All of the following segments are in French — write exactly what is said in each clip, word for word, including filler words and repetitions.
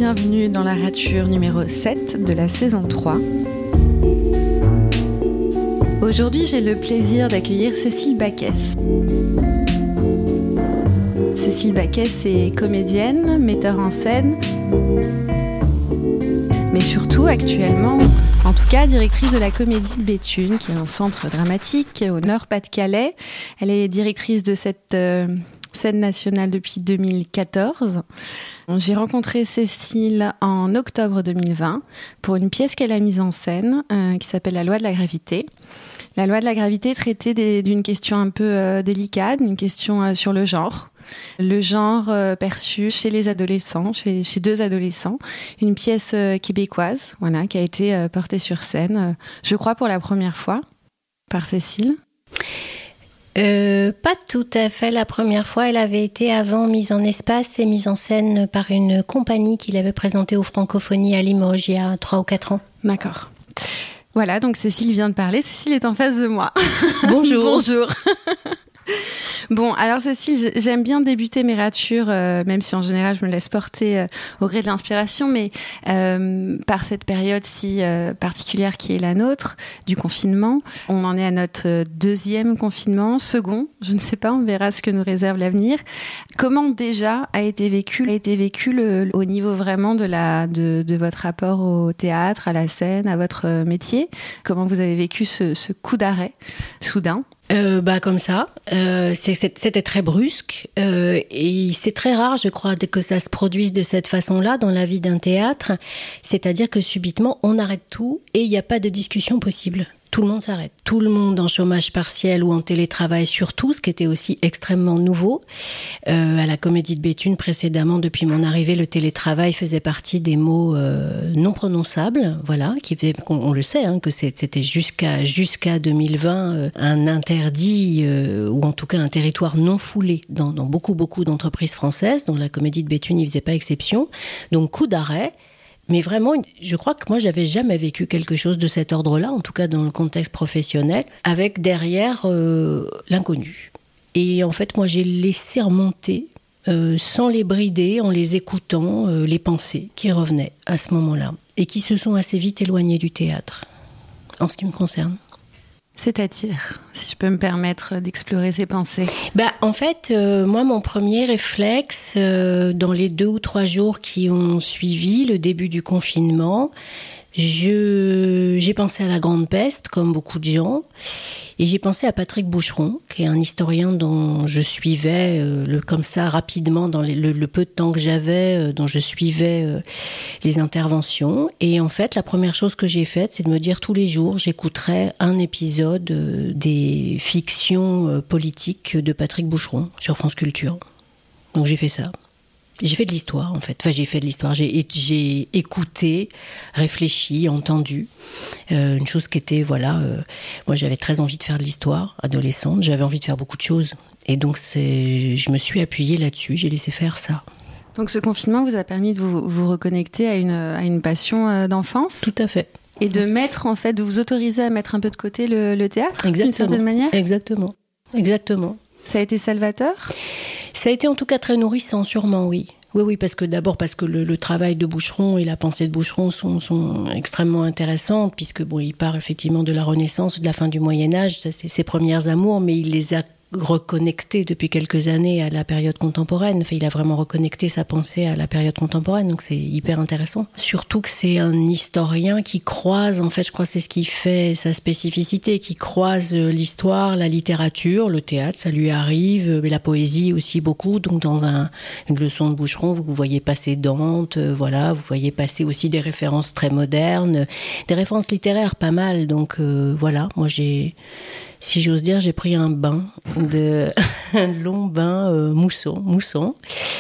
bienvenue dans la rature numéro sept de la saison trois. Aujourd'hui, j'ai le plaisir d'accueillir Cécile Baquès. Cécile Baquès est comédienne, metteur en scène, mais surtout actuellement, en tout cas, directrice de la Comédie de Béthune, qui est un centre dramatique au Nord-Pas-de-Calais. Elle est directrice de cette euh, scène nationale depuis deux mille quatorze. J'ai rencontré Cécile en octobre deux mille vingt pour une pièce qu'elle a mise en scène euh, qui s'appelle La loi de la gravité. La loi de la gravité traitait des, d'une question un peu euh, délicate, une question euh, sur le genre. Le genre euh, perçu chez les adolescents, chez, chez deux adolescents. Une pièce euh, québécoise, voilà, qui a été euh, portée sur scène, euh, je crois pour la première fois, par Cécile. Euh, pas tout à fait la première fois. Elle avait été avant mise en espace et mise en scène par une compagnie qui l'avait présentée aux Francophonies à Limoges il y a trois ou quatre ans. D'accord. Voilà, donc Cécile vient de parler. Cécile est en face de moi. Bonjour. Bonjour. Bon, alors Cécile, j'aime bien débuter mes ratures, euh, même si en général je me laisse porter euh, au gré de l'inspiration, mais euh, par cette période si euh, particulière qui est la nôtre, du confinement. On en est à notre deuxième confinement, second, je ne sais pas, on verra ce que nous réserve l'avenir. Comment déjà a été vécu, a été vécu le, au niveau vraiment de, la, de, de votre rapport au théâtre, à la scène, à votre métier? Comment vous avez vécu ce, ce coup d'arrêt soudain? Euh, bah comme ça, euh, c'est, c'était très brusque euh, et c'est très rare, je crois, que ça se produise de cette façon-là dans la vie d'un théâtre. C'est-à-dire que subitement, on arrête tout et il n'y a pas de discussion possible. Tout le monde s'arrête. Tout le monde en chômage partiel ou en télétravail surtout, ce qui était aussi extrêmement nouveau. Euh, à la Comédie de Béthune, précédemment, depuis mon arrivée, le télétravail faisait partie des mots euh, non prononçables, voilà, qui faisait, on, on le sait, hein, que c'était jusqu'à jusqu'à deux mille vingt euh, un interdit euh, ou en tout cas un territoire non foulé dans, dans beaucoup beaucoup d'entreprises françaises, dont la Comédie de Béthune n'y faisait pas exception. Donc coup d'arrêt. Mais vraiment, je crois que moi, j'avais jamais vécu quelque chose de cet ordre-là, en tout cas dans le contexte professionnel, avec derrière euh, l'inconnu. Et en fait, moi, j'ai laissé remonter, euh, sans les brider, en les écoutant, euh, les pensées qui revenaient à ce moment-là, et qui se sont assez vite éloignées du théâtre, en ce qui me concerne. C'est-à-dire, si je peux me permettre d'explorer ces pensées. Bah, en fait, euh, moi, mon premier réflexe, euh, dans les deux ou trois jours qui ont suivi le début du confinement, je, j'ai pensé à la Grande Peste, comme beaucoup de gens, et j'ai pensé à Patrick Boucheron, qui est un historien dont je suivais, euh, le, comme ça, rapidement, dans les, le, le peu de temps que j'avais, euh, dont je suivais euh, les interventions. Et en fait, la première chose que j'ai faite, c'est de me dire tous les jours, j'écouterai un épisode euh, des fictions euh, politiques de Patrick Boucheron sur France Culture. Donc j'ai fait ça. J'ai fait de l'histoire, en fait. Enfin, j'ai fait de l'histoire. J'ai, j'ai écouté, réfléchi, entendu. Euh, une chose qui était, voilà... Euh, moi, j'avais très envie de faire de l'histoire, adolescente. J'avais envie de faire beaucoup de choses. Et donc, c'est, je me suis appuyée là-dessus. J'ai laissé faire ça. Donc, ce confinement vous a permis de vous, vous reconnecter à une, à une passion d'enfance ? Tout à fait. Et de mettre, en fait, de vous autoriser à mettre un peu de côté le, le théâtre, Exactement. d'une certaine manière ? Exactement. Exactement. Ça a été salvateur ? Ça a été en tout cas très nourrissant, sûrement, oui. Oui, oui, parce que d'abord parce que le, le travail de Boucheron et la pensée de Boucheron sont, sont extrêmement intéressantes, puisque bon, il parle effectivement de la Renaissance, de la fin du Moyen-Âge, ça c'est ses premières amours, mais il les a reconnecté depuis quelques années à la période contemporaine. Enfin, il a vraiment reconnecté sa pensée à la période contemporaine, donc c'est hyper intéressant. Surtout que c'est un historien qui croise, en fait, je crois que c'est ce qui fait sa spécificité, qui croise l'histoire, la littérature, le théâtre, ça lui arrive, mais la poésie aussi beaucoup. Donc dans un, une leçon de Boucheron, vous voyez passer Dante, euh, voilà, vous voyez passer aussi des références très modernes, des références littéraires pas mal. Donc euh, voilà, moi j'ai... Si j'ose dire, j'ai pris un bain, de, un long bain euh, mousson. mousson.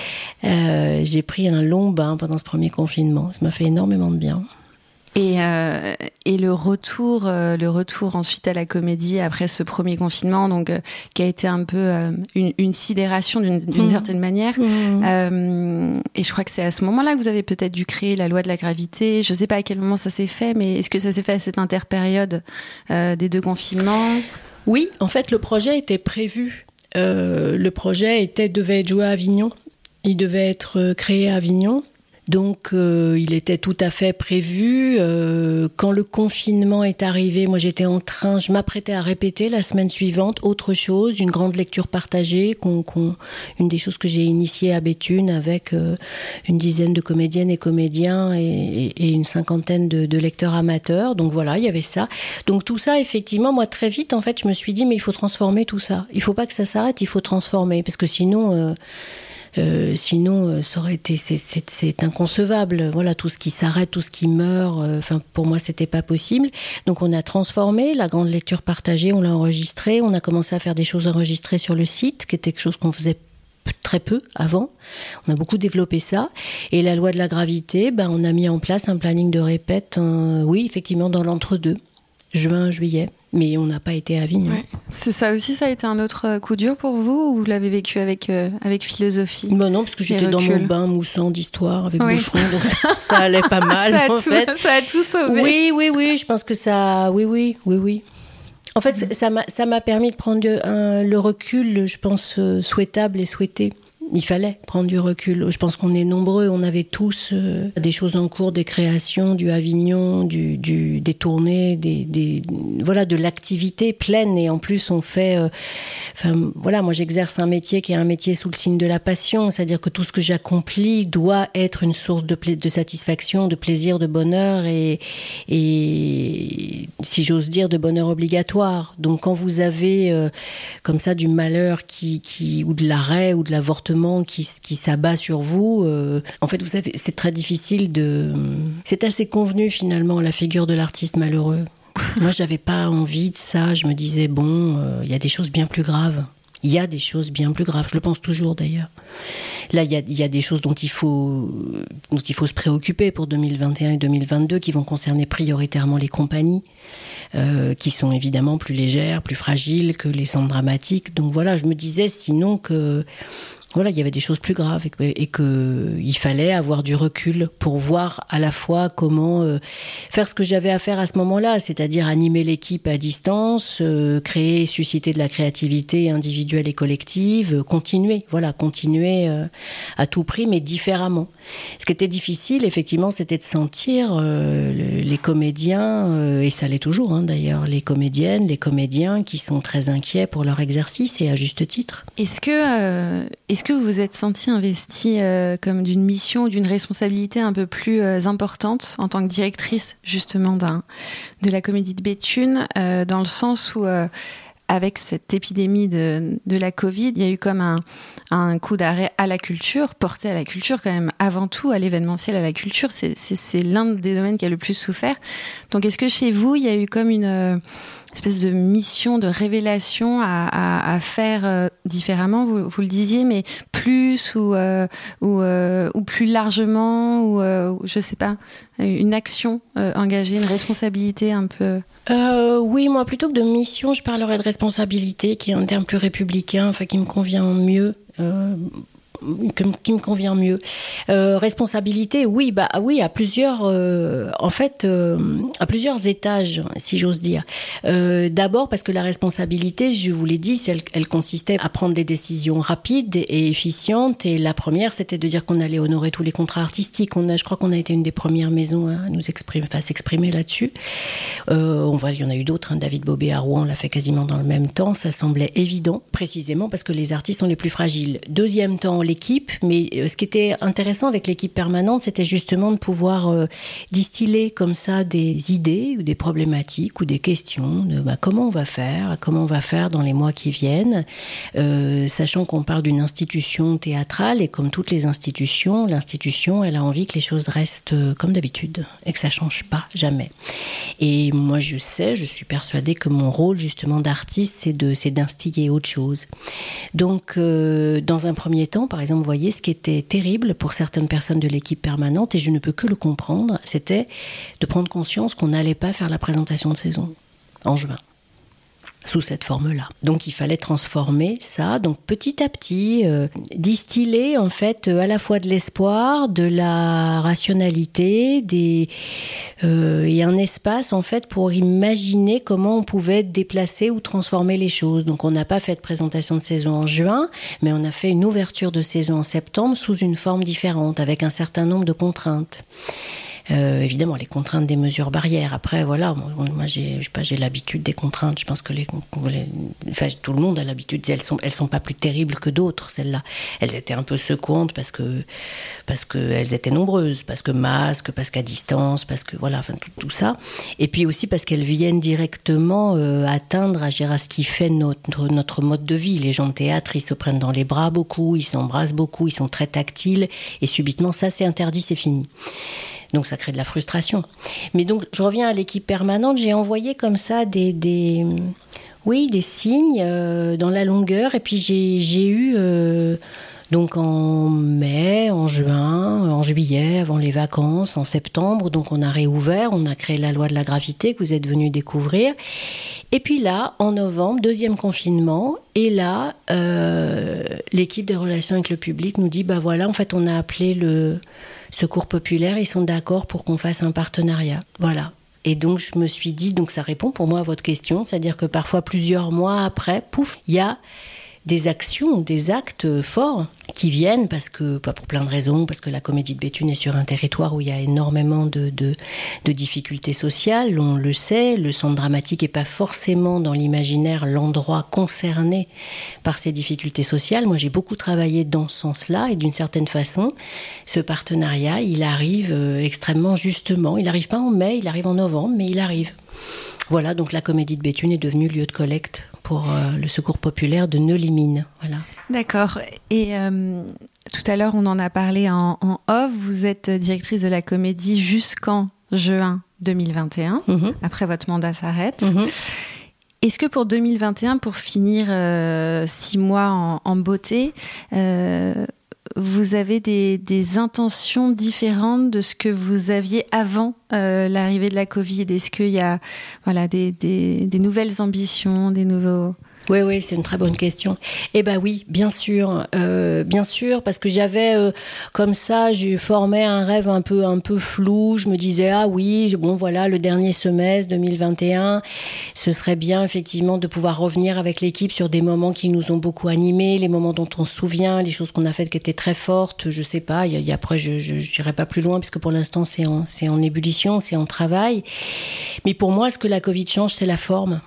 Euh, j'ai pris un long bain pendant ce premier confinement. Ça m'a fait énormément de bien. Et, euh, et le retour, euh, le retour ensuite à la comédie après ce premier confinement, donc euh, qui a été un peu euh, une, une sidération d'une, d'une mmh. certaine manière. Mmh. Euh, et je crois que c'est à ce moment-là que vous avez peut-être dû créer la loi de la gravité. Je ne sais pas à quel moment ça s'est fait, mais est-ce que ça s'est fait à cette interpériode euh, des deux confinements ? Oui, en fait, le projet était prévu. Euh, le projet était, devait être joué à Avignon. Il devait être créé à Avignon. Donc, euh, il était tout à fait prévu. Euh, quand le confinement est arrivé, moi, j'étais en train, je m'apprêtais à répéter la semaine suivante autre chose, une grande lecture partagée, qu'on, qu'on, une des choses que j'ai initiées à Béthune avec euh, une dizaine de comédiennes et comédiens et, et, et une cinquantaine de, de lecteurs amateurs. Donc voilà, il y avait ça. Donc tout ça, effectivement, moi, très vite, en fait, je me suis dit, mais il faut transformer tout ça. Il ne faut pas que ça s'arrête, il faut transformer. Parce que sinon... Euh, Euh, sinon, euh, ça aurait été, c'est, c'est, c'est inconcevable. Voilà, tout ce qui s'arrête, tout ce qui meurt. Enfin, euh, pour moi, c'était pas possible. Donc, on a transformé la grande lecture partagée. On l'a enregistrée. On a commencé à faire des choses enregistrées sur le site, qui était quelque chose qu'on faisait très peu avant. On a beaucoup développé ça. Et la loi de la gravité, ben, on a mis en place un planning de répète. Euh, oui, effectivement, dans l'entre-deux, juin, juillet. Mais on n'a pas été à Avignon. Ouais. C'est ça aussi, ça a été un autre coup dur pour vous, ou vous l'avez vécu avec, euh, avec philosophie? Ben non, parce que j'étais dans mon bain moussant d'histoire avec oui. Boucheron, donc ça, ça allait pas mal ça en tout, fait. Ça a tout sauvé. Oui, oui, oui, je pense que ça... Oui, oui, oui, oui. En fait, mmh. ça, m'a, ça m'a permis de prendre un, le recul, je pense, euh, souhaitable et souhaité. Il fallait prendre du recul. Je pense qu'on est nombreux, on avait tous euh, des choses en cours, des créations, du Avignon, du, du, des tournées, des, des, voilà, de l'activité pleine. Et en plus, on fait... Euh, enfin, voilà, moi, j'exerce un métier qui est un métier sous le signe de la passion. C'est-à-dire que tout ce que j'accomplis doit être une source de, pla- de satisfaction, de plaisir, de bonheur et, et, si j'ose dire, de bonheur obligatoire. Donc, quand vous avez euh, comme ça du malheur qui, qui, ou de l'arrêt ou de l'avortement Qui, qui s'abat sur vous. Euh, en fait, vous savez, c'est très difficile de... C'est assez convenu, finalement, la figure de l'artiste malheureux. Moi, je n'avais pas envie de ça. Je me disais, bon, il euh, y a des choses bien plus graves. Il y a des choses bien plus graves. Je le pense toujours, d'ailleurs. Là, il y a, y a des choses dont il faut, dont il faut se préoccuper pour deux mille vingt et un et deux mille vingt-deux, qui vont concerner prioritairement les compagnies, euh, qui sont évidemment plus légères, plus fragiles que les centres dramatiques. Donc voilà, je me disais sinon que... Voilà, il y avait des choses plus graves et, que, et que il fallait avoir du recul pour voir à la fois comment euh, faire ce que j'avais à faire à ce moment-là, c'est-à-dire animer l'équipe à distance, euh, créer, susciter de la créativité individuelle et collective, euh, continuer, voilà, continuer euh, à tout prix, mais différemment. Ce qui était difficile, effectivement, c'était de sentir euh, le, les comédiens, euh, et ça l'est toujours hein, d'ailleurs, les comédiennes, les comédiens qui sont très inquiets pour leur exercice et à juste titre. Est-ce que, euh, est-ce que vous vous êtes senti investi euh, comme d'une mission ou d'une responsabilité un peu plus euh, importante en tant que directrice justement d'un, de la Comédie de Béthune, euh, dans le sens où euh, avec cette épidémie de, de la Covid, il y a eu comme un, un coup d'arrêt à la culture, porté à la culture quand même, avant tout à l'événementiel, à la culture, c'est, c'est, c'est l'un des domaines qui a le plus souffert. Donc est-ce que chez vous, il y a eu comme une euh, espèce de mission, de révélation à, à, à faire euh, différemment, vous, vous le disiez, mais plus ou, euh, ou, euh, ou plus largement, ou euh, je sais pas, une action euh, engagée, une responsabilité un peu... Euh, oui, moi, plutôt que de mission, je parlerais de responsabilité, qui est un terme plus républicain, enfin, qui me convient mieux. Euh, qui me convient mieux. Euh, responsabilité, oui, bah oui, à plusieurs, euh, en fait, euh, à plusieurs étages, si j'ose dire. Euh, d'abord parce que la responsabilité, je vous l'ai dit, elle, elle consistait à prendre des décisions rapides et efficientes. Et la première, c'était de dire qu'on allait honorer tous les contrats artistiques. On a, je crois qu'on a été une des premières maisons à nous exprimer, enfin, s'exprimer là-dessus. Euh, on voit, il y en a eu d'autres. Hein. David Bobet à Rouen l'a fait quasiment dans le même temps. Ça semblait évident, précisément parce que les artistes sont les plus fragiles. Deuxième temps, l'équipe, mais ce qui était intéressant avec l'équipe permanente, c'était justement de pouvoir euh, distiller comme ça des idées ou des problématiques ou des questions de bah, comment on va faire, comment on va faire dans les mois qui viennent, euh, sachant qu'on parle d'une institution théâtrale et comme toutes les institutions, l'institution, elle a envie que les choses restent comme d'habitude et que ça change pas, jamais. Et moi, je sais, je suis persuadée que mon rôle justement d'artiste, c'est, de, c'est d'instiller autre chose. Donc, euh, dans un premier temps, par exemple, vous voyez, ce qui était terrible pour certaines personnes de l'équipe permanente, et je ne peux que le comprendre, c'était de prendre conscience qu'on n'allait pas faire la présentation de saison en juin. sous cette forme-là. Donc il fallait transformer ça, donc petit à petit, euh, distiller en fait à la fois de l'espoir, de la rationalité, des, euh, et un espace en fait pour imaginer comment on pouvait déplacer ou transformer les choses. Donc on n'a pas fait de présentation de saison en juin, mais on a fait une ouverture de saison en septembre sous une forme différente, avec un certain nombre de contraintes. Euh, évidemment, les contraintes des mesures barrières. Après, voilà, moi, j'ai, je sais pas, j'ai l'habitude des contraintes. Je pense que les, les, enfin, tout le monde a l'habitude. Elles sont, elles sont pas plus terribles que d'autres, celles-là. Elles étaient un peu secouantes parce que, parce que elles étaient nombreuses, parce que masque, parce qu'à distance, parce que voilà, enfin tout, tout ça. Et puis aussi parce qu'elles viennent directement euh, atteindre, agir à ce qui fait notre notre mode de vie. Les gens de théâtre, ils se prennent dans les bras beaucoup, ils s'embrassent beaucoup, ils sont très tactiles. Et subitement, ça, c'est interdit, c'est fini. Donc ça crée de la frustration. Mais donc je reviens à l'équipe permanente, j'ai envoyé comme ça des, des, oui, des signes euh, dans la longueur, et puis j'ai, j'ai eu, euh, donc en mai, en juin, en juillet, avant les vacances, en septembre, donc on a réouvert, on a créé la loi de la gravité que vous êtes venus découvrir. Et puis là, en novembre, deuxième confinement, et là, euh, l'équipe des relations avec le public nous dit, bah voilà, en fait on a appelé le Secours populaire, ils sont d'accord pour qu'on fasse un partenariat. Voilà. Et donc, je me suis dit, donc ça répond pour moi à votre question, c'est-à-dire que parfois, plusieurs mois après, pouf, il y a des actions, des actes forts qui viennent parce que, pas pour plein de raisons, parce que la Comédie de Béthune est sur un territoire où il y a énormément de, de, de difficultés sociales, on le sait, le centre dramatique n'est pas forcément dans l'imaginaire l'endroit concerné par ces difficultés sociales. Moi, j'ai beaucoup travaillé dans ce sens-là et d'une certaine façon, ce partenariat, il arrive extrêmement justement. Il n'arrive pas en mai, il arrive en novembre, mais il arrive. Voilà, donc la Comédie de Béthune est devenue lieu de collecte pour euh, le Secours populaire de Neux-les-Mines. Voilà. D'accord. Et euh, tout à l'heure, on en a parlé en, en off. Vous êtes directrice de la Comédie jusqu'en juin deux mille vingt et un. Mmh. Après, votre mandat s'arrête. Mmh. Est-ce que pour deux mille vingt et un, pour finir euh, six mois en, en beauté, euh, vous avez des, des intentions différentes de ce que vous aviez avant euh, l'arrivée de la Covid? Est-ce qu'il y a voilà, des, des, des nouvelles ambitions, des nouveaux... Oui, oui, c'est une très bonne question. Eh ben oui, bien sûr, euh, bien sûr, parce que j'avais euh, comme ça, j'ai formé un rêve un peu, un peu flou. Je me disais ah oui, bon voilà, le dernier semestre deux mille vingt et un, ce serait bien effectivement de pouvoir revenir avec l'équipe sur des moments qui nous ont beaucoup animés, les moments dont on se souvient, les choses qu'on a faites qui étaient très fortes. Je sais pas. Y a, y a, après, je, je, j'irai pas plus loin puisque pour l'instant c'est en, c'est en ébullition, c'est en travail. Mais pour moi, ce que la Covid change, c'est la forme.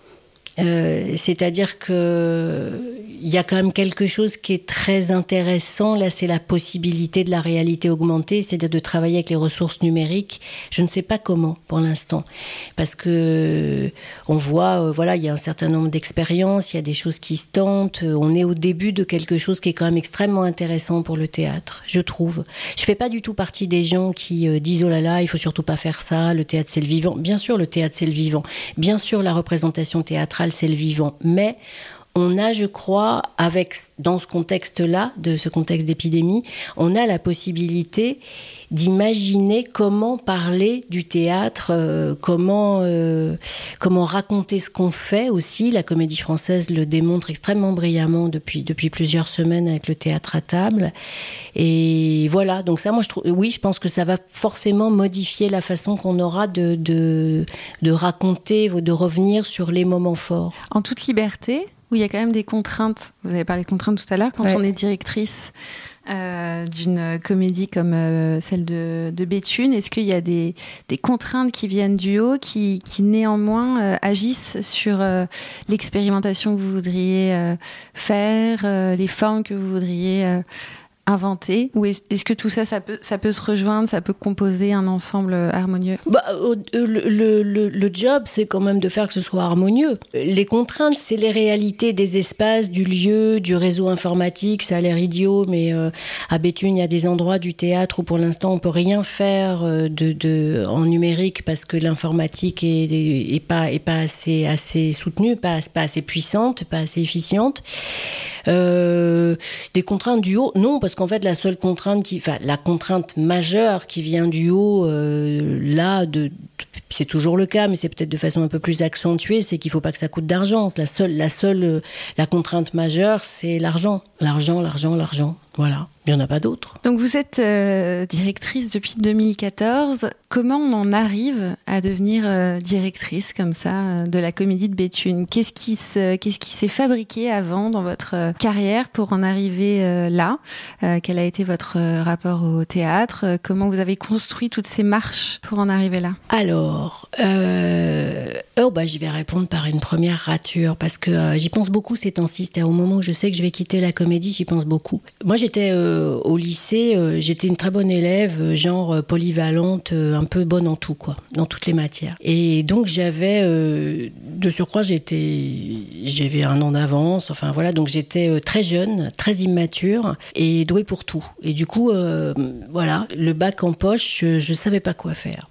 Euh, c'est-à-dire que il y a quand même quelque chose qui est très intéressant. Là, c'est la possibilité de la réalité augmentée, c'est-à-dire de travailler avec les ressources numériques. Je ne sais pas comment pour l'instant, parce que on voit, euh, voilà, il y a un certain nombre d'expériences, il y a des choses qui se tentent. On est au début de quelque chose qui est quand même extrêmement intéressant pour le théâtre, je trouve. Je fais pas du tout partie des gens qui euh, disent oh là là, il faut surtout pas faire ça. Le théâtre, c'est le vivant. Bien sûr, le théâtre, c'est le vivant. Bien sûr, la représentation théâtrale, c'est le vivant. Mais on a, je crois, avec, dans ce contexte-là, de ce contexte d'épidémie, on a la possibilité d'imaginer comment parler du théâtre, euh, comment, euh, comment raconter ce qu'on fait aussi. La Comédie Française le démontre extrêmement brillamment depuis, depuis plusieurs semaines avec le théâtre à table. Et voilà, donc ça, moi, je trouve, oui, je pense que ça va forcément modifier la façon qu'on aura de, de, de raconter, de revenir sur les moments forts. En toute liberté, où il y a quand même des contraintes. Vous avez parlé de contraintes tout à l'heure. Quand ouais. on est directrice euh, d'une comédie comme euh, celle de, de Béthune, est-ce qu'il y a des, des contraintes qui viennent du haut, qui, qui néanmoins euh, agissent sur euh, l'expérimentation que vous voudriez euh, faire, euh, les formes que vous voudriez euh, inventer? Ou est-ce, est-ce que tout ça, ça peut, ça peut se rejoindre, ça peut composer un ensemble harmonieux? Bah, le, le, le, le job, c'est quand même de faire que ce soit harmonieux. Les contraintes, c'est les réalités des espaces, du lieu, du réseau informatique. Ça a l'air idiot, mais euh, à Béthune, il y a des endroits du théâtre où pour l'instant, on peut rien faire de, de, en numérique parce que l'informatique est, est, est pas, est pas assez, assez soutenue, pas, pas assez puissante, pas assez efficiente. Euh, des contraintes du haut, non, parce qu'en fait la seule contrainte qui, enfin la contrainte majeure qui vient du haut, euh, là, de, c'est toujours le cas, mais c'est peut-être de façon un peu plus accentuée, c'est qu'il ne faut pas que ça coûte d'argent. La seule, la seule, la contrainte majeure, c'est l'argent. L'argent, l'argent, l'argent. Voilà. Il n'y en a pas d'autres. Donc vous êtes euh, directrice depuis deux mille quatorze. Comment on en arrive à devenir euh, directrice comme ça euh, de la Comédie de Béthune ? Qu'est-ce qui se, qu'est-ce qui s'est fabriqué avant dans votre euh, carrière pour en arriver euh, là ? euh, Quel a été votre euh, rapport au théâtre ? euh, Comment vous avez construit toutes ces marches pour en arriver là ? Alors, euh, oh bah, je vais répondre par une première rature parce que euh, j'y pense beaucoup ces temps-ci. C'est-à-dire au moment où je sais que je vais quitter la comédie, j'y pense beaucoup. Moi, j'étais euh, au lycée, euh, j'étais une très bonne élève, genre euh, polyvalente, euh, un peu bonne en tout, quoi, dans toutes les matières. Et donc, j'avais, euh, de surcroît, j'étais, j'avais un an d'avance, enfin voilà, donc j'étais euh, très jeune, très immature et douée pour tout. Et du coup, euh, voilà, le bac en poche, je ne savais pas quoi faire.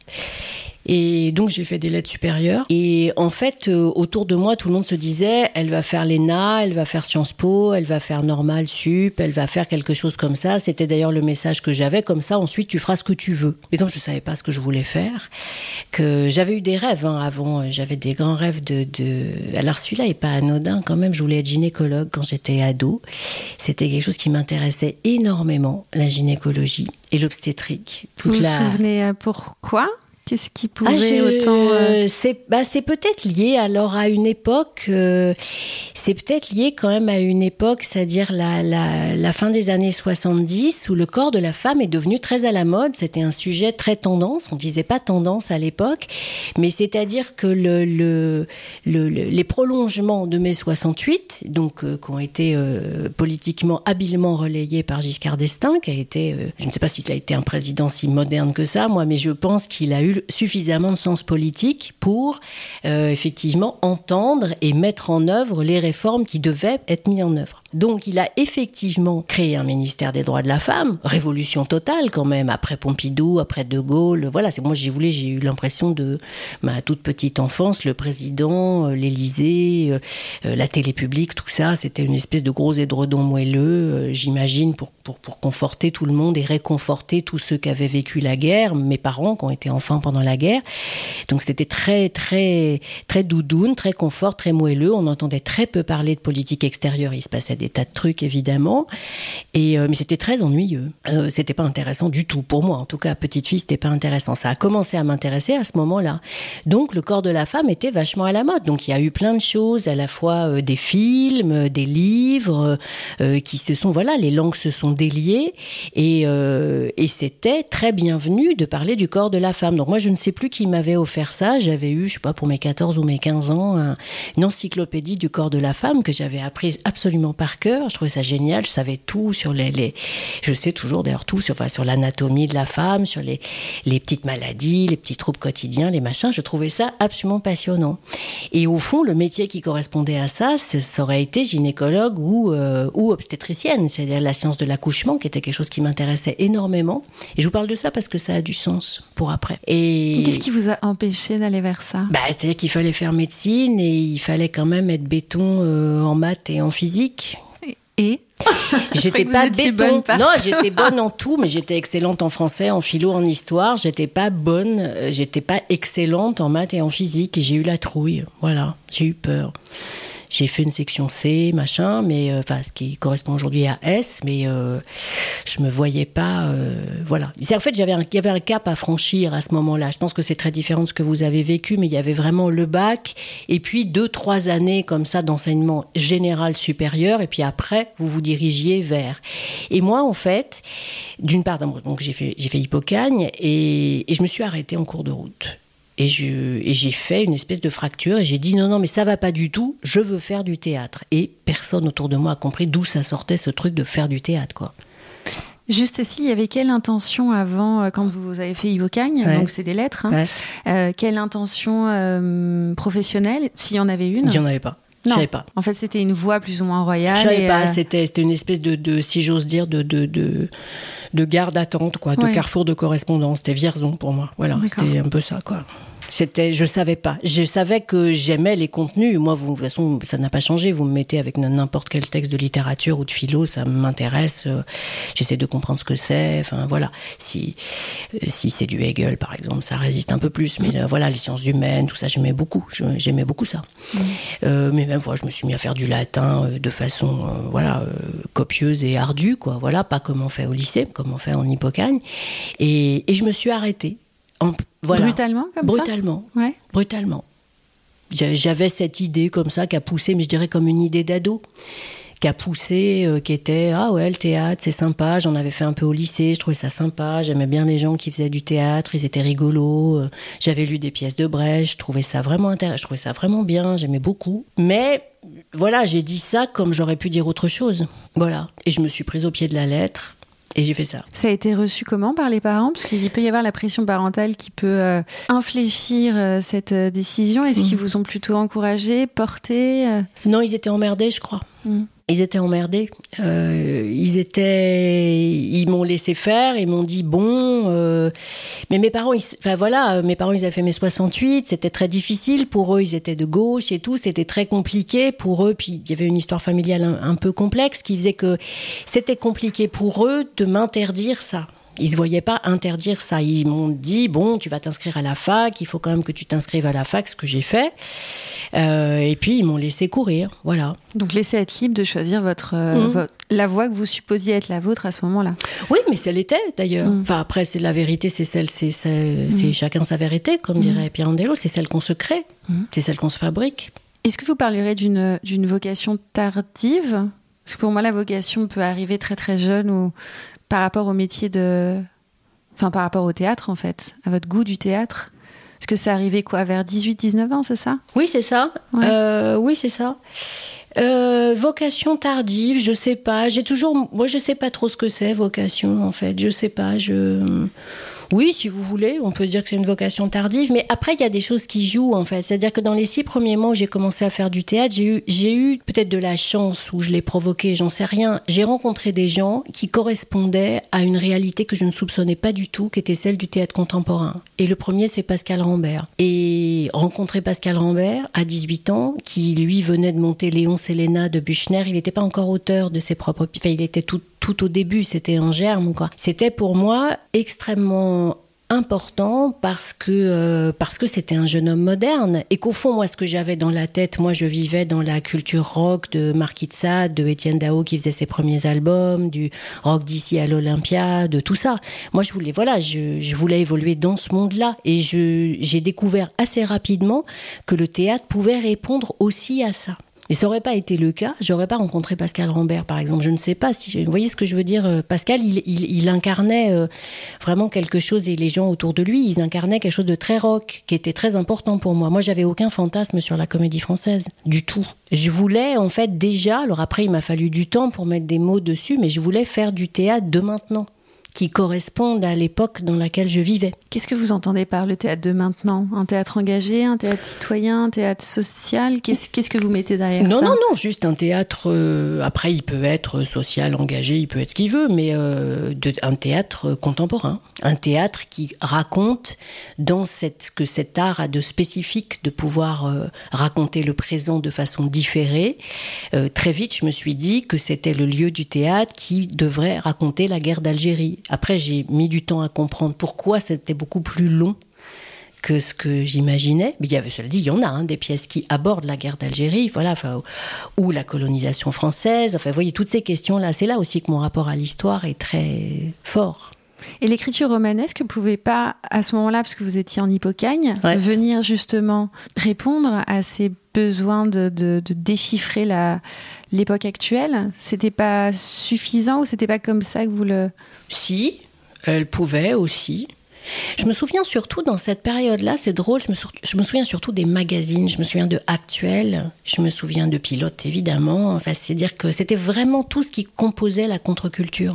Et donc j'ai fait des lettres supérieures et en fait euh, autour de moi tout le monde se disait elle va faire l'E N A, elle va faire Sciences Po, elle va faire Normal Sup, elle va faire quelque chose comme ça. C'était d'ailleurs le message que j'avais, comme ça ensuite tu feras ce que tu veux. Mais comme je savais pas ce que je voulais faire, que j'avais eu des rêves hein, avant, j'avais des grands rêves de, de... Alors celui-là est pas anodin quand même, je voulais être gynécologue quand j'étais ado. C'était quelque chose qui m'intéressait énormément, la gynécologie et l'obstétrique. Toute vous la... vous souvenez euh, pourquoi ? Qu'est-ce qui pouvait ah, je, autant... Euh... C'est, bah, c'est peut-être lié alors à une époque, euh, c'est peut-être lié quand même à une époque, c'est-à-dire la, la, la fin des années soixante-dix, où le corps de la femme est devenu très à la mode. C'était un sujet très tendance, on ne disait pas tendance à l'époque, mais c'est-à-dire que le, le, le, le, les prolongements de mai soixante-huit, donc, euh, qui ont été euh, politiquement habilement relayés par Giscard d'Estaing, qui a été, euh, je ne sais pas si ça a été un président si moderne que ça, moi, mais je pense qu'il a eu suffisamment de sens politique pour euh, effectivement entendre et mettre en œuvre les réformes qui devaient être mises en œuvre. Donc il a effectivement créé un ministère des droits de la femme, révolution totale quand même, après Pompidou, après De Gaulle, voilà, c'est moi j'ai voulu, j'ai eu l'impression de ma toute petite enfance, le président, euh, l'Élysée, euh, la télé publique, tout ça, c'était une espèce de gros édredon moelleux, euh, j'imagine, pour, pour, pour conforter tout le monde et réconforter tous ceux qui avaient vécu la guerre, mes parents qui ont été enfants pendant la guerre. Donc c'était très, très, très doudoune, très confort, très moelleux, on entendait très peu parler de politique extérieure, il se passait des tas de trucs évidemment, et, euh, mais c'était très ennuyeux. Euh, c'était pas intéressant du tout, pour moi en tout cas, petite fille, c'était pas intéressant. Ça a commencé à m'intéresser à ce moment-là. Donc le corps de la femme était vachement à la mode. Donc il y a eu plein de choses, à la fois euh, des films, des livres, euh, qui se sont, voilà, les langues se sont déliées, et, euh, et c'était très bienvenu de parler du corps de la femme. Donc moi je ne sais plus qui m'avait offert ça, j'avais eu, je sais pas, pour mes quatorze ou mes quinze ans, un, une encyclopédie du corps de la femme que j'avais apprise absolument par cœur. Je trouvais ça génial, je savais tout sur les, les je sais toujours d'ailleurs tout sur, enfin, sur l'anatomie de la femme, sur les, les petites maladies, les petits troubles quotidiens, les machins, je trouvais ça absolument passionnant. Et au fond, le métier qui correspondait à ça, ça aurait été gynécologue ou, euh, ou obstétricienne, c'est-à-dire la science de l'accouchement, qui était quelque chose qui m'intéressait énormément. Et je vous parle de ça parce que ça a du sens pour après. Et qu'est-ce qui vous a empêché d'aller vers ça ? Bah, c'est-à-dire qu'il fallait faire médecine et il fallait quand même être béton euh, en maths et en physique. Et j'étais pas béton. Non, j'étais bonne en tout, mais j'étais excellente en français, en philo, en histoire. J'étais pas bonne, euh, j'étais pas excellente en maths et en physique. Et j'ai eu la trouille. Voilà, j'ai eu peur. J'ai fait une section C, machin, mais enfin, euh, ce qui correspond aujourd'hui à S, mais euh, je me voyais pas, euh, voilà. C'est, en fait, j'avais un, il y avait un cap à franchir à ce moment-là. Je pense que c'est très différent de ce que vous avez vécu, mais il y avait vraiment le bac, et puis deux, trois années comme ça d'enseignement général supérieur, et puis après, vous vous dirigiez vers. Et moi, en fait, d'une part, donc j'ai fait, j'ai fait Hippocagne, et, et je me suis arrêtée en cours de route. Et, je, et j'ai fait une espèce de fracture et j'ai dit non, non, mais ça va pas du tout, je veux faire du théâtre. Et personne autour de moi a compris d'où ça sortait ce truc de faire du théâtre, quoi. Juste ici, il y avait quelle intention avant, quand vous avez fait Hippocagne, ouais. Donc c'est des lettres, hein, ouais. euh, quelle intention euh, professionnelle, s'il y en avait une ? Il n'y en avait pas. Non. Je savais pas. En fait, c'était une voie plus ou moins royale. Je savais et pas. Euh... C'était, c'était une espèce de, de, si j'ose dire, de, de, de, de gare d'attente, quoi, de ouais. carrefour de correspondance. C'était Vierzon pour moi. Voilà, d'accord. C'était un peu ça, quoi. C'était, je savais pas. Je savais que j'aimais les contenus. Moi, vous, de toute façon, ça n'a pas changé. Vous me mettez avec n'importe quel texte de littérature ou de philo, ça m'intéresse. J'essaie de comprendre ce que c'est. Enfin, voilà. Si, si c'est du Hegel, par exemple, ça résiste un peu plus. Mais euh, voilà, les sciences humaines, tout ça, j'aimais beaucoup. Je, j'aimais beaucoup ça. Mmh. Euh, mais même, voilà, je me suis mis à faire du latin euh, de façon, euh, voilà, euh, copieuse et ardue, quoi. Voilà, pas comme on fait au lycée, comme on fait en Hippocagne. Et, et je me suis arrêtée. En, voilà. Brutalement, comme brutalement, ça ouais. Brutalement. J'avais cette idée comme ça qui a poussé, mais je dirais comme une idée d'ado, qui a poussé, euh, qui était « Ah ouais, le théâtre, c'est sympa ». J'en avais fait un peu au lycée, je trouvais ça sympa. J'aimais bien les gens qui faisaient du théâtre, ils étaient rigolos. Euh, j'avais lu des pièces de Brecht, je trouvais ça vraiment intéressant, je trouvais ça vraiment bien, j'aimais beaucoup. Mais voilà, j'ai dit ça comme j'aurais pu dire autre chose. Voilà. Et je me suis prise au pied de la lettre. Et j'ai fait ça. Ça a été reçu comment par les parents ? Parce qu'il peut y avoir la pression parentale qui peut euh, infléchir euh, cette euh, décision. Est-ce mmh. qu'ils vous ont plutôt encouragé, porté euh... Non, ils étaient emmerdés, je crois. Mmh. Ils étaient emmerdés. Euh, ils étaient, ils m'ont laissé faire. Ils m'ont dit bon. Euh... Mais mes parents, ils... enfin voilà, mes parents, ils avaient fait mai soixante-huit. C'était très difficile pour eux. Ils étaient de gauche et tout. C'était très compliqué pour eux. Puis il y avait une histoire familiale un, un peu complexe qui faisait que c'était compliqué pour eux de m'interdire ça. Ils ne se voyaient pas interdire ça. Ils m'ont dit, bon, tu vas t'inscrire à la fac, il faut quand même que tu t'inscrives à la fac, ce que j'ai fait. Euh, et puis, ils m'ont laissé courir, voilà. Donc, laisser être libre de choisir votre, euh, mmh. votre, la voie que vous supposiez être la vôtre à ce moment-là. Oui, mais ça l'était, d'ailleurs. Mmh. Enfin, après, c'est la vérité, c'est celle, c'est, c'est, mmh. c'est chacun sa vérité, comme mmh. dirait Pirandello, c'est celle qu'on se crée, mmh. c'est celle qu'on se fabrique. Est-ce que vous parlerez d'une, d'une vocation tardive ? Parce que pour moi, la vocation peut arriver très, très jeune ou... par rapport au métier de... Enfin, par rapport au théâtre, en fait, à votre goût du théâtre. Est-ce que ça arrivait quoi, vers dix-huit dix-neuf ans, c'est ça ? Oui, c'est ça. Ouais. Euh, oui, c'est ça. Euh, vocation tardive, je sais pas. J'ai toujours... Moi, je sais pas trop ce que c'est, vocation, en fait. Je sais pas, je... Oui, si vous voulez, on peut dire que c'est une vocation tardive, mais après, il y a des choses qui jouent, en fait. C'est-à-dire que dans les six premiers mois où j'ai commencé à faire du théâtre, j'ai eu, j'ai eu peut-être de la chance où je l'ai provoqué, j'en sais rien. J'ai rencontré des gens qui correspondaient à une réalité que je ne soupçonnais pas du tout, qui était celle du théâtre contemporain. Et le premier, c'est Pascal Rambert. Et rencontrer Pascal Rambert, à dix-huit ans, qui, lui, venait de monter Léon Séléna de Büchner, il n'était pas encore auteur de ses propres... Enfin, il était tout, tout au début, c'était en germe, quoi. C'était pour moi extrêmement important parce que euh, parce que c'était un jeune homme moderne et qu'au fond moi ce que j'avais dans la tête, moi je vivais dans la culture rock de Marquis de Sade, de Étienne Dao qui faisait ses premiers albums, du rock d'ici à l'Olympia, de tout ça. Moi je voulais voilà, je, je voulais évoluer dans ce monde-là et je j'ai découvert assez rapidement que le théâtre pouvait répondre aussi à ça. Et ça n'aurait pas été le cas, j'aurais pas rencontré Pascal Rambert, par exemple. Je ne sais pas si... Vous voyez ce que je veux dire ? Pascal, il, il, il incarnait euh, vraiment quelque chose, et les gens autour de lui, ils incarnaient quelque chose de très rock, qui était très important pour moi. Moi, j'avais aucun fantasme sur la comédie française, du tout. Je voulais, en fait, déjà... Alors après, il m'a fallu du temps pour mettre des mots dessus, mais je voulais faire du théâtre de maintenant, qui correspondent à l'époque dans laquelle je vivais. Qu'est-ce que vous entendez par le théâtre de maintenant ? Un théâtre engagé, un théâtre citoyen, un théâtre social ? Qu'est-ce, qu'est-ce que vous mettez derrière non, ça ? Non, non, non, juste un théâtre... Euh, après, il peut être social, engagé, il peut être ce qu'il veut, mais euh, de, un théâtre contemporain. Un théâtre qui raconte, dans cette, que cet art a de spécifique de pouvoir euh, raconter le présent de façon différée. Euh, très vite, je me suis dit que c'était le lieu du théâtre qui devrait raconter la guerre d'Algérie. Après, j'ai mis du temps à comprendre pourquoi c'était beaucoup plus long que ce que j'imaginais. Mais il y avait, cela dit, il y en a hein, des pièces qui abordent la guerre d'Algérie, voilà, enfin, ou la colonisation française. Enfin, vous voyez, toutes ces questions-là, c'est là aussi que mon rapport à l'histoire est très fort. Et l'écriture romanesque, vous ne pouvez pas, à ce moment-là, parce que vous étiez en Hippocagne, ouais. venir justement répondre à ces besoins de, de, de déchiffrer la, l'époque actuelle ? C'était pas suffisant ou c'était pas comme ça que vous le... Si, elle pouvait aussi. Je me souviens surtout dans cette période-là, c'est drôle, je me, sou... je me souviens surtout des magazines, je me souviens de Actuel, je me souviens de Pilote évidemment, enfin, c'est-à-dire que c'était vraiment tout ce qui composait la contre-culture.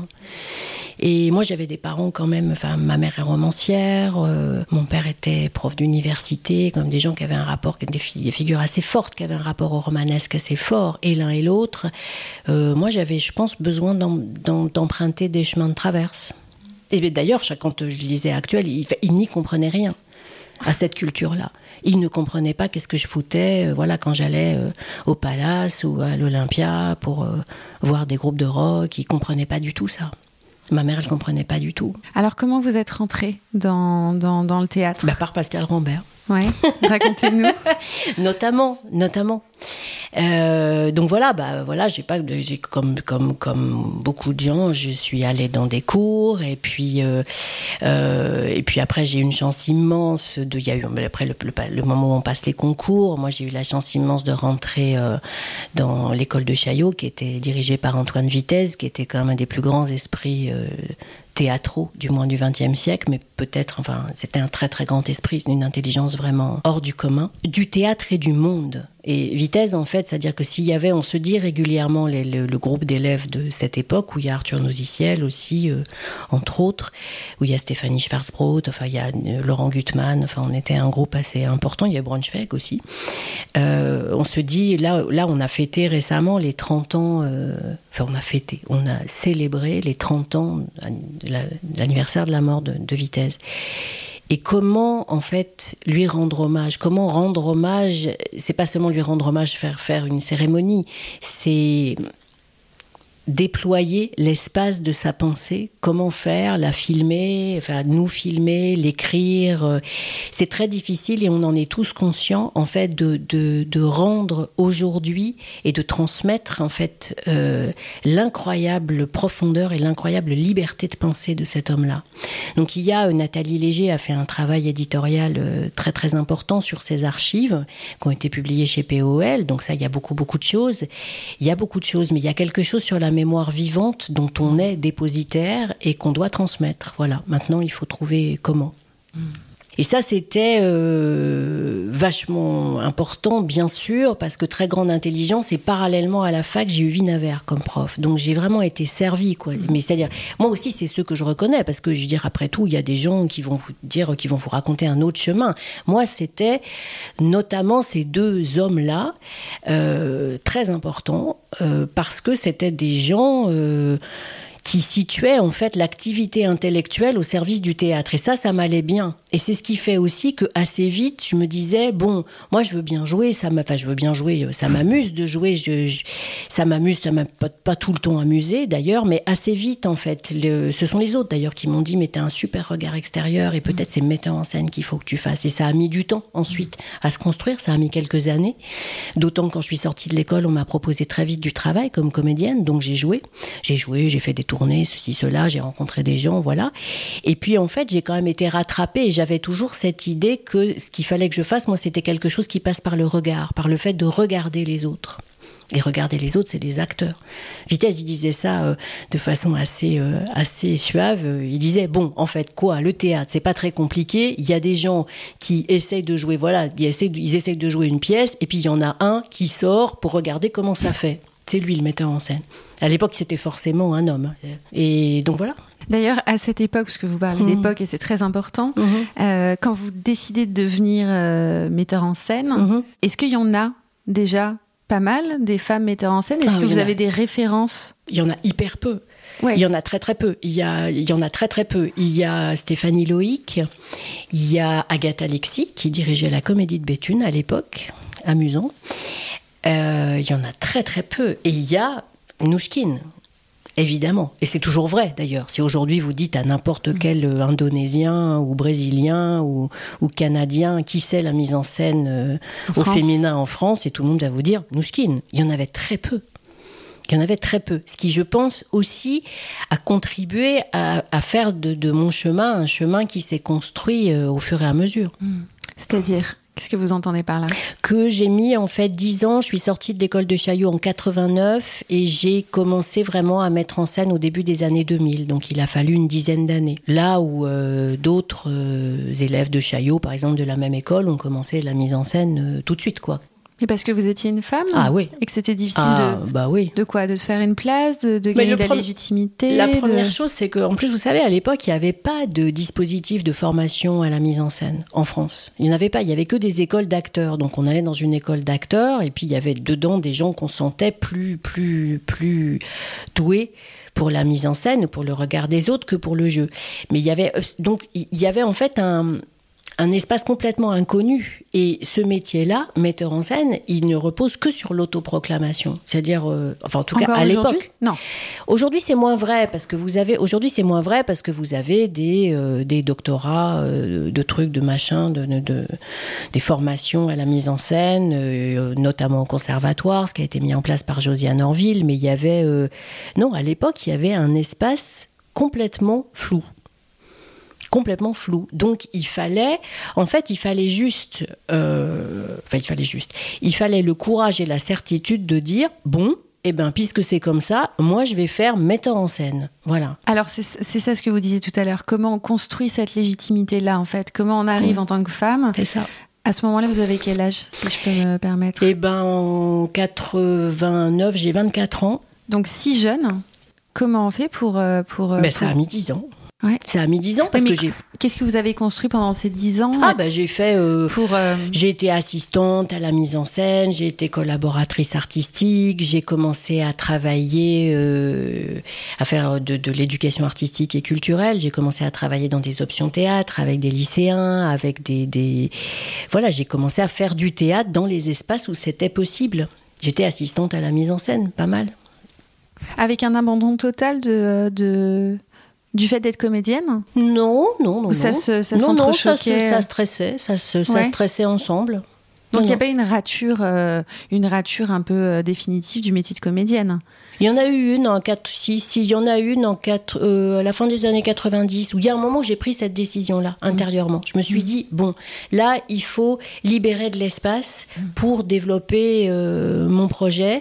Et moi, j'avais des parents quand même, enfin, ma mère est romancière, euh, mon père était prof d'université, comme des gens qui avaient un rapport, des, fi- des figures assez fortes, qui avaient un rapport au romanesque assez fort, et l'un et l'autre. Euh, moi, j'avais, je pense, besoin d'em, d'em, d'emprunter des chemins de traverse. Et d'ailleurs, quand je lisais Actuel, il, il n'y comprenait rien. à cette culture-là. Ils ne comprenaient pas qu'est-ce que je foutais, euh, voilà, quand j'allais euh, au Palace ou à l'Olympia pour euh, voir des groupes de rock. Ils ne comprenaient pas du tout ça. Ma mère, elle ne comprenait pas du tout. Alors, comment vous êtes rentrée dans, dans, dans le théâtre ? Bah, par Pascal Rambert. Ouais, racontez-nous. notamment, notamment. Euh, donc voilà, bah voilà, j'ai pas, j'ai comme comme comme beaucoup de gens, je suis allée dans des cours et puis euh, euh, et puis après j'ai eu une chance immense de, il y a eu après le, le, le moment où on passe les concours, moi j'ai eu la chance immense de rentrer euh, dans l'école de Chaillot qui était dirigée par Antoine Vitesse, qui était quand même un des plus grands esprits euh, théâtraux, du moins du vingtième siècle, mais peut-être, enfin, c'était un très très grand esprit, une intelligence vraiment hors du commun, du théâtre et du monde. Et Vitesse, en fait, c'est-à-dire que s'il y avait, on se dit régulièrement, les, le, le groupe d'élèves de cette époque, où il y a Arthur Noziciel aussi, euh, entre autres, où il y a Stéphanie Schwarzbrot, enfin, il y a euh, Laurent Gutmann, enfin, on était un groupe assez important, il y a Braunschweig aussi. Euh, on se dit, là, là, on a fêté récemment les trente ans, euh, enfin, on a fêté, on a célébré les trente ans de la, de l'anniversaire de la mort de, de Vitesse. Et comment, en fait, lui rendre hommage ? Comment rendre hommage ? C'est pas seulement lui rendre hommage, faire faire une cérémonie, c'est déployer l'espace de sa pensée. Comment faire ? La filmer, enfin, nous filmer, l'écrire. C'est très difficile et on en est tous conscients, en fait, de, de, de rendre aujourd'hui et de transmettre, en fait, euh, l'incroyable profondeur et l'incroyable liberté de pensée de cet homme-là. Donc il y a, Nathalie Léger a fait un travail éditorial euh, très très important sur ces archives qui ont été publiées chez P O L, donc ça, il y a beaucoup beaucoup de choses. Il y a beaucoup de choses, mais il y a quelque chose sur la mémoire vivante dont on est dépositaire et qu'on doit transmettre. Voilà, maintenant il faut trouver comment. Mmh. Et ça, c'était euh, vachement important, bien sûr, parce que très grande intelligence, et parallèlement à la fac, j'ai eu Vinaver comme prof. Donc j'ai vraiment été servie, quoi. Mais c'est-à-dire, moi aussi, c'est ceux que je reconnais, parce que je veux dire, après tout, il y a des gens qui vont vous dire, qui vont vous raconter un autre chemin. Moi, c'était notamment ces deux hommes-là, euh, très importants, euh, parce que c'était des gens... Euh, qui situait en fait l'activité intellectuelle au service du théâtre. Et ça, ça m'allait bien. Et c'est ce qui fait aussi que assez vite, je me disais, bon, moi je veux bien jouer, ça m'a, enfin je veux bien jouer, ça m'amuse de jouer, je, je, ça m'amuse, ça m'a pas, pas tout le temps amusé d'ailleurs, mais assez vite en fait. Le, ce sont les autres d'ailleurs qui m'ont dit, mais t'as un super regard extérieur et peut-être c'est metteur en scène qu'il faut que tu fasses. Et ça a mis du temps ensuite à se construire, ça a mis quelques années. D'autant que quand je suis sortie de l'école, on m'a proposé très vite du travail comme comédienne, donc j'ai joué, j'ai joué, j'ai fait des tournées, ceci, cela, j'ai rencontré des gens, voilà. Et puis en fait, j'ai quand même été rattrapée et j'avais toujours cette idée que ce qu'il fallait que je fasse, moi, c'était quelque chose qui passe par le regard, par le fait de regarder les autres. Et regarder les autres, c'est les acteurs. Vitesse, il disait ça euh, de façon assez, euh, assez suave. Il disait, bon, en fait, quoi, le théâtre, c'est pas très compliqué. Il y a des gens qui essayent de jouer, voilà, ils essayent, ils essayent de jouer une pièce, et puis il y en a un qui sort pour regarder comment ça fait. C'est lui le metteur en scène. À l'époque, c'était forcément un homme. Et donc voilà. D'ailleurs, à cette époque, parce que vous parlez mmh. d'époque et c'est très important, mmh. euh, quand vous décidez de devenir euh, metteur en scène, mmh. est-ce qu'il y en a déjà pas mal, des femmes metteurs en scène ? Est-ce ah, que vous avez a... des références ? Il y en a hyper peu. Ouais. Il y en a très très peu. Il y a, il y en a très très peu. Il y a Stéphanie Loïc, il y a Agathe Alexis, qui dirigeait la Comédie de Béthune à l'époque, amusant. Euh, il y en a très très peu. Et il y a Mnouchkine, évidemment. Et c'est toujours vrai d'ailleurs. Si aujourd'hui vous dites à n'importe quel euh, Indonésien ou Brésilien ou, ou Canadien qui c'est la mise en scène euh, au France. Féminin en France, et tout le monde va vous dire Mnouchkine. Il y en avait très peu. Il y en avait très peu. Ce qui, je pense, aussi a contribué à, à faire de, de mon chemin un chemin qui s'est construit euh, au fur et à mesure. Mmh. C'est-à-dire ? Qu'est-ce que vous entendez par là ? Que j'ai mis en fait dix ans, je suis sortie de l'école de Chaillot en quatre-vingt-neuf et j'ai commencé vraiment à mettre en scène au début des années deux mille. Donc il a fallu une dizaine d'années. Là où euh, d'autres euh, élèves de Chaillot, par exemple de la même école, ont commencé la mise en scène euh, tout de suite, quoi. Mais parce que vous étiez une femme ? Ah oui. Et que c'était difficile ah, de, bah oui. de quoi ? De se faire une place, de, de gagner de la pre- légitimité La première de... chose, c'est qu'en plus, vous savez, à l'époque, il n'y avait pas de dispositif de formation à la mise en scène en France. Il n'y en avait pas. Il n'y avait que des écoles d'acteurs. Donc on allait dans une école d'acteurs et puis il y avait dedans des gens qu'on sentait plus, plus, plus doués pour la mise en scène, pour le regard des autres que pour le jeu. Mais il y avait, donc, il y avait en fait un... un espace complètement inconnu. Et ce métier-là, metteur en scène, il ne repose que sur l'autoproclamation. C'est-à-dire, euh, enfin en tout Encore cas à aujourd'hui l'époque. Non. Aujourd'hui, c'est moins vrai parce que vous avez. Aujourd'hui, c'est moins vrai parce que vous avez des euh, des doctorats euh, de trucs, de machins, de, de, de des formations à la mise en scène, euh, notamment au conservatoire, ce qui a été mis en place par Josiane Orville. Mais il y avait euh, non, à l'époque, il y avait un espace complètement flou. complètement flou. Donc il fallait, en fait, il fallait juste, euh, enfin il fallait juste, il fallait le courage et la certitude de dire, bon, eh ben puisque c'est comme ça, moi je vais faire metteur en scène. Voilà. Alors c'est, c'est ça ce que vous disiez tout à l'heure. Comment on construit cette légitimité-là, en fait ? Comment on arrive mmh. en tant que femme ? C'est ça. À ce moment-là, vous avez quel âge, si je peux me permettre ? Eh ben en quatre-vingt-neuf, j'ai vingt-quatre ans. Donc si jeune, comment on fait pour... pour, ben, pour... Ça a mis dix ans. Ouais. Ça a mis dix ans parce oui, que j'ai... Qu'est-ce que vous avez construit pendant ces dix ans ? Ah ben j'ai fait... Euh, pour, euh... J'ai été assistante à la mise en scène, j'ai été collaboratrice artistique, j'ai commencé à travailler, euh, à faire de, de l'éducation artistique et culturelle. J'ai commencé à travailler dans des options théâtre avec des lycéens, avec des... des... Voilà, j'ai commencé à faire du théâtre dans les espaces où c'était possible. J'étais assistante à la mise en scène, pas mal. Avec un abandon total de... de... Du fait d'être comédienne ? Non, non, non. Ou ça non. se, ça non, non, ça, se, ça stressait, ça se, ça ouais. stressait ensemble. Donc il n'y a non. pas une rature, euh, une rature un peu euh, définitive du métier de comédienne ? Il y en a eu une en quatre, si, si, il y en a une en quatre, euh, à la fin des années quatre-vingt-dix, où il y a un moment où j'ai pris cette décision-là, intérieurement. Je me suis mmh. dit, bon, là, il faut libérer de l'espace pour développer euh, mon projet.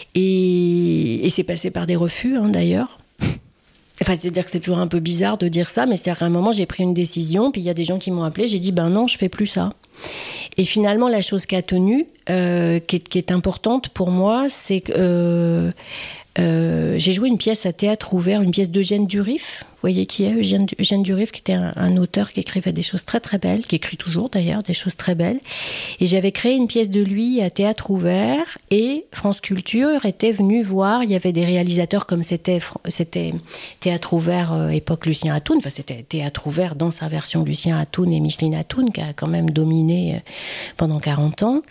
Et, et c'est passé par des refus, hein, d'ailleurs. Enfin, c'est-à-dire que c'est toujours un peu bizarre de dire ça, mais c'est-à-dire qu'à un moment, j'ai pris une décision, puis il y a des gens qui m'ont appelé, j'ai dit, ben non, je fais plus ça. Et finalement, la chose qui a tenu, euh, qui, est, qui est importante pour moi, c'est que euh, euh, j'ai joué une pièce à théâtre ouvert, une pièce d'Eugène Durif. Vous voyez qui est Eugène, Eugène Durif, qui était un, un auteur qui écrivait des choses très très belles, qui écrit toujours d'ailleurs des choses très belles. Et j'avais créé une pièce de lui à théâtre ouvert, et France Culture était venue voir. Il y avait des réalisateurs comme c'était, c'était théâtre ouvert euh, époque Lucien Hatoun. Enfin, c'était théâtre ouvert dans sa version Lucien Hatoun et Micheline Hatoun, qui a quand même dominé euh, pendant quarante ans.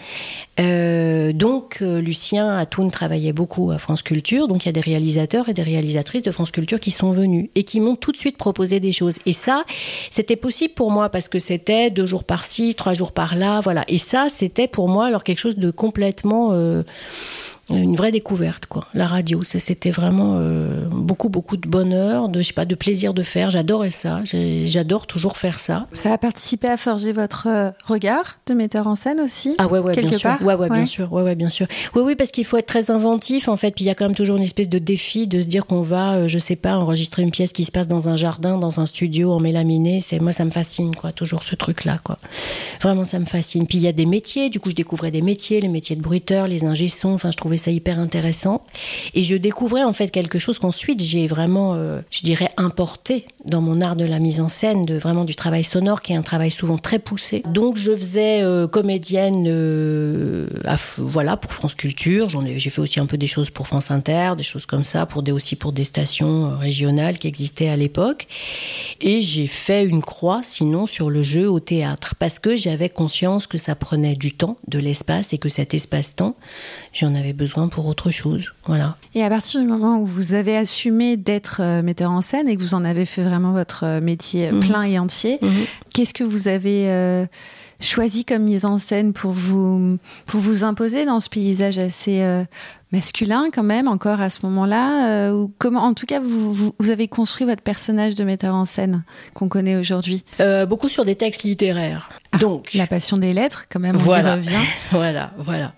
Euh, donc euh, Lucien Hatoun travaillait beaucoup à France Culture. Donc il y a des réalisateurs et des réalisatrices de France Culture qui sont venus et qui m'ont tout de suite proposé des choses. Et ça, c'était possible pour moi parce que c'était deux jours par-ci, trois jours par-là, voilà. Et ça, c'était pour moi alors quelque chose de complètement... Euh, une vraie découverte, quoi. La radio, ça, c'était vraiment euh, beaucoup, beaucoup de bonheur, de, je sais pas, de plaisir de faire. J'adorais ça. J'ai, j'adore toujours faire ça. Ça a participé à forger votre euh, regard de metteur en scène aussi. Ah ouais, ouais, quelque bien part. sûr. Ouais, ouais, ouais, bien sûr. Ouais, ouais, bien sûr. Oui, oui, parce qu'il faut être très inventif, en fait. Puis il y a quand même toujours une espèce de défi de se dire qu'on va, euh, je sais pas, enregistrer une pièce qui se passe dans un jardin, dans un studio, en mélaminé. C'est, moi, ça me fascine, quoi. Toujours ce truc-là, quoi. Vraiment, ça me fascine. Puis il y a des métiers. Du coup, je découvrais des métiers, les métiers de bruiteur, les ingé-sons. Enfin, je trouvais ça hyper intéressant. Et je découvrais en fait quelque chose qu'ensuite j'ai vraiment, euh, je dirais, importé dans mon art de la mise en scène, de vraiment du travail sonore, qui est un travail souvent très poussé. Donc je faisais euh, comédienne, euh, à, voilà, pour France Culture. J'en ai, j'ai fait aussi un peu des choses pour France Inter, des choses comme ça, pour des, aussi pour des stations euh, régionales qui existaient à l'époque. Et j'ai fait une croix, sinon, sur le jeu au théâtre, parce que j'avais conscience que ça prenait du temps, de l'espace, et que cet espace-temps, j'en avais besoin pour autre chose. Voilà. Et à partir du moment où vous avez assumé d'être euh, metteur en scène et que vous en avez fait vraiment votre euh, métier euh, mmh. plein et entier, mmh. qu'est-ce que vous avez euh, choisi comme mise en scène pour vous, pour vous imposer dans ce paysage assez euh, masculin quand même, encore à ce moment-là euh, ou comment, en tout cas, vous, vous, vous avez construit votre personnage de metteur en scène qu'on connaît aujourd'hui euh, Beaucoup sur des textes littéraires. Ah, donc, la passion des lettres, quand même, on voilà. y revient. voilà, voilà.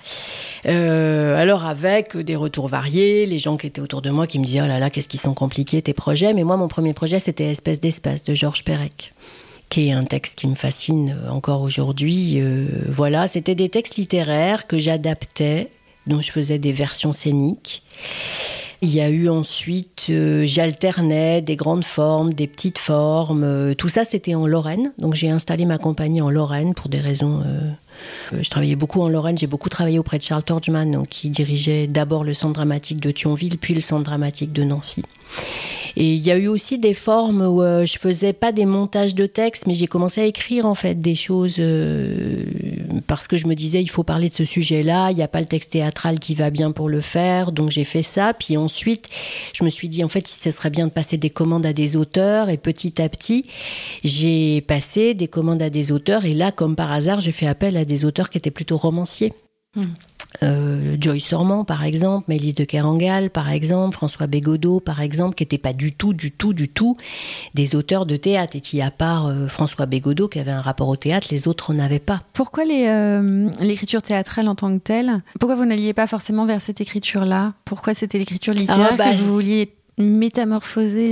Euh, alors avec des retours variés, les gens qui étaient autour de moi qui me disaient « Oh là là, qu'est-ce qu'ils sont compliqués tes projets ?» Mais moi, mon premier projet, c'était « Espèce d'espace » de Georges Perec, qui est un texte qui me fascine encore aujourd'hui. Euh, voilà, c'était des textes littéraires que j'adaptais, dont je faisais des versions scéniques. Il y a eu ensuite, euh, j'alternais des grandes formes, des petites formes. Euh, tout ça, c'était en Lorraine. Donc, j'ai installé ma compagnie en Lorraine pour des raisons... Euh, euh, je travaillais beaucoup en Lorraine. J'ai beaucoup travaillé auprès de Charles Torgman, donc, qui dirigeait d'abord le centre dramatique de Thionville, puis le centre dramatique de Nancy. Et il y a eu aussi des formes où euh, je faisais pas des montages de textes, mais j'ai commencé à écrire en fait des choses euh, parce que je me disais il faut parler de ce sujet-là, il n'y a pas le texte théâtral qui va bien pour le faire, donc j'ai fait ça. Puis ensuite, je me suis dit en fait, ce serait bien de passer des commandes à des auteurs, et petit à petit, j'ai passé des commandes à des auteurs, et là, comme par hasard, j'ai fait appel à des auteurs qui étaient plutôt romanciers. Mmh. Euh, Joyce Ormand par exemple, Mélisse de Kerangal par exemple, François Bégodeau par exemple, qui n'étaient pas du tout, du tout, du tout des auteurs de théâtre, et qui, à part euh, François Bégodeau qui avait un rapport au théâtre, les autres n'en avaient pas. Pourquoi les, euh, l'écriture théâtrale en tant que telle ? Pourquoi vous n'alliez pas forcément vers cette écriture-là ? Pourquoi c'était l'écriture littéraire ah, bah, que vous vouliez métamorphoser ?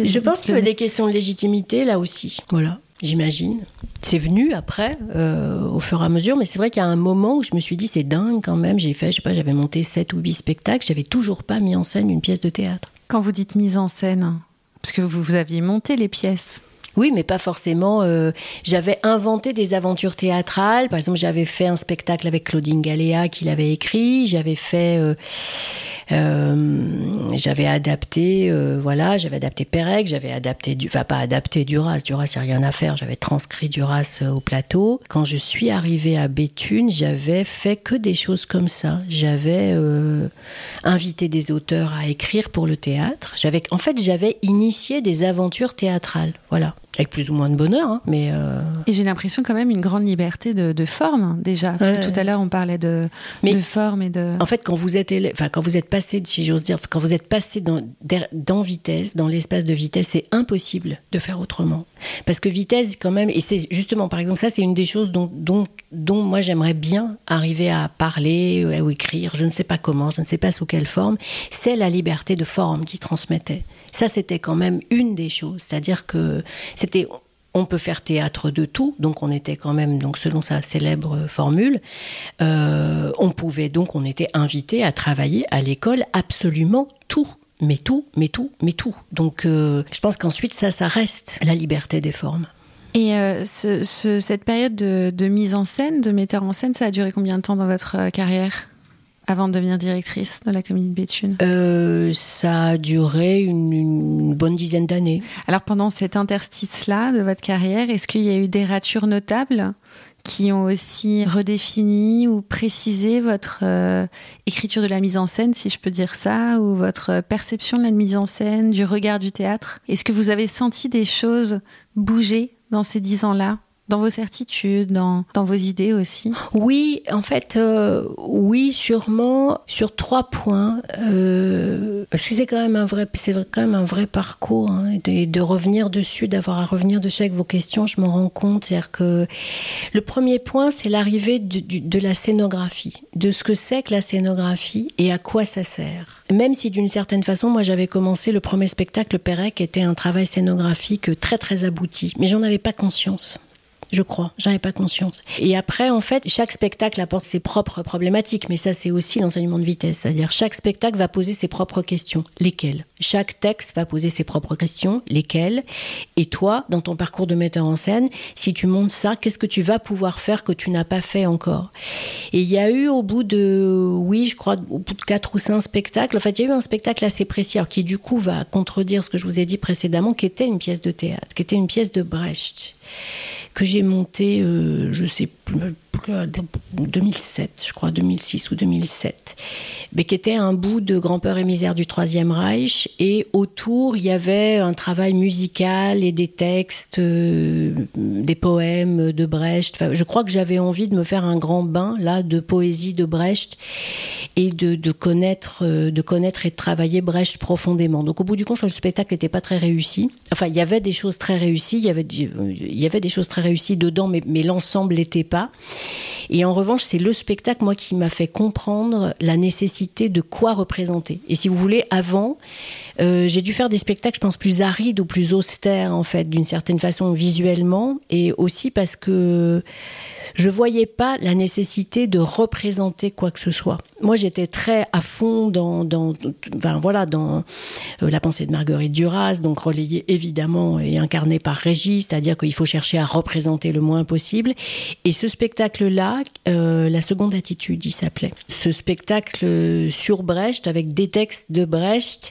Je pense qu'il y avait des questions de légitimité là aussi, voilà. J'imagine. C'est venu après, euh, au fur et à mesure, mais c'est vrai qu'il y a un moment où je me suis dit, c'est dingue quand même, j'ai fait, je sais pas, j'avais monté sept ou huit spectacles, j'avais toujours pas mis en scène une pièce de théâtre. Quand vous dites mise en scène, parce que vous, vous aviez monté les pièces. Oui, mais pas forcément. Euh, j'avais inventé des aventures théâtrales. Par exemple, j'avais fait un spectacle avec Claudine Galéa qui l'avait écrit. J'avais fait... Euh, Euh, j'avais adapté, euh, voilà, j'avais adapté Pérec, j'avais adapté, du, enfin pas adapté Duras, Duras il n'y a rien à faire, j'avais transcrit Duras euh, au plateau. Quand je suis arrivée à Béthune, j'avais fait que des choses comme ça. J'avais euh, invité des auteurs à écrire pour le théâtre. J'avais, en fait, j'avais initié des aventures théâtrales, voilà. Avec plus ou moins de bonheur, hein, mais... Euh... Et j'ai l'impression quand même une grande liberté de, de forme, déjà. Parce ouais. que tout à l'heure, on parlait de, mais, de forme et de... En fait, quand vous êtes, élève, enfin, quand vous êtes passé, si j'ose dire, quand vous êtes passé dans, dans vitesse, dans l'espace de vitesse, c'est impossible de faire autrement. Parce que vitesse, quand même, et c'est justement, par exemple, ça, c'est une des choses dont, dont, dont moi, j'aimerais bien arriver à parler ou écrire, je ne sais pas comment, je ne sais pas sous quelle forme, c'est la liberté de forme qui transmettait. Ça, c'était quand même une des choses. C'est-à-dire que c'était, on peut faire théâtre de tout, donc on était quand même, donc selon sa célèbre formule, euh, on pouvait donc, on était invité à travailler à l'école absolument tout. Mais tout, mais tout, mais tout. Donc, euh, je pense qu'ensuite, ça, ça reste la liberté des formes. Et euh, ce, ce, cette période de, de mise en scène, de metteur en scène, ça a duré combien de temps dans votre euh, carrière ? Avant de devenir directrice de la Comédie de Béthune ? euh, Ça a duré une, une bonne dizaine d'années. Alors pendant cet interstice-là de votre carrière, est-ce qu'il y a eu des ratures notables qui ont aussi redéfini ou précisé votre euh, écriture de la mise en scène, si je peux dire ça, ou votre perception de la mise en scène, du regard du théâtre ? Est-ce que vous avez senti des choses bouger dans ces dix ans-là ? Dans vos certitudes, dans, dans vos idées aussi ? Oui, en fait, euh, oui, sûrement, sur trois points. Euh, parce que c'est quand même un vrai, c'est quand même un vrai parcours, hein, de, de revenir dessus, d'avoir à revenir dessus avec vos questions, je m'en rends compte. C'est-à-dire que le premier point, c'est l'arrivée de, de, de la scénographie, de ce que c'est que la scénographie et à quoi ça sert. Même si d'une certaine façon, moi j'avais commencé le premier spectacle, Pérec, qui était un travail scénographique très très abouti, mais j'en avais pas conscience. Je crois, j'en avais pas conscience. Et après, en fait, chaque spectacle apporte ses propres problématiques, mais ça, c'est aussi l'enseignement de vitesse. C'est-à-dire, chaque spectacle va poser ses propres questions. Lesquelles ? Chaque texte va poser ses propres questions. Lesquelles ? Et toi, dans ton parcours de metteur en scène, si tu montes ça, qu'est-ce que tu vas pouvoir faire que tu n'as pas fait encore ? Et il y a eu, au bout de, oui, je crois, au bout de quatre ou cinq spectacles, en fait, il y a eu un spectacle assez précis, alors, qui, du coup, va contredire ce que je vous ai dit précédemment, qui était une pièce de théâtre, qui était une pièce de Brecht, que j'ai monté, euh, je sais plus, deux mille sept, je crois, deux mille six ou deux mille sept, mais qui était un bout de Grand-peur et misère du Troisième Reich, et autour, il y avait un travail musical et des textes, euh, des poèmes de Brecht. Enfin, je crois que j'avais envie de me faire un grand bain, là, de poésie de Brecht, et de, de connaître, de connaître et de travailler Brecht profondément. Donc, au bout du compte, je crois que le spectacle n'était pas très réussi. Enfin, il y avait des choses très réussies, il y avait, il y avait des choses très réussies dedans, mais, mais l'ensemble l'était pas. Et en revanche, c'est le spectacle, moi, qui m'a fait comprendre la nécessité de quoi représenter. Et si vous voulez, avant, euh, j'ai dû faire des spectacles, je pense, plus arides ou plus austères, en fait, d'une certaine façon, visuellement, et aussi parce que je voyais pas la nécessité de représenter quoi que ce soit. Moi, j'étais très à fond dans, dans, enfin, voilà, dans euh, la pensée de Marguerite Duras, donc relayée évidemment et incarnée par Régis, c'est-à-dire qu'il faut chercher à représenter le moins possible. Et ce spectacle-là, euh, La seconde attitude, il s'appelait. Ce spectacle sur Brecht, avec des textes de Brecht,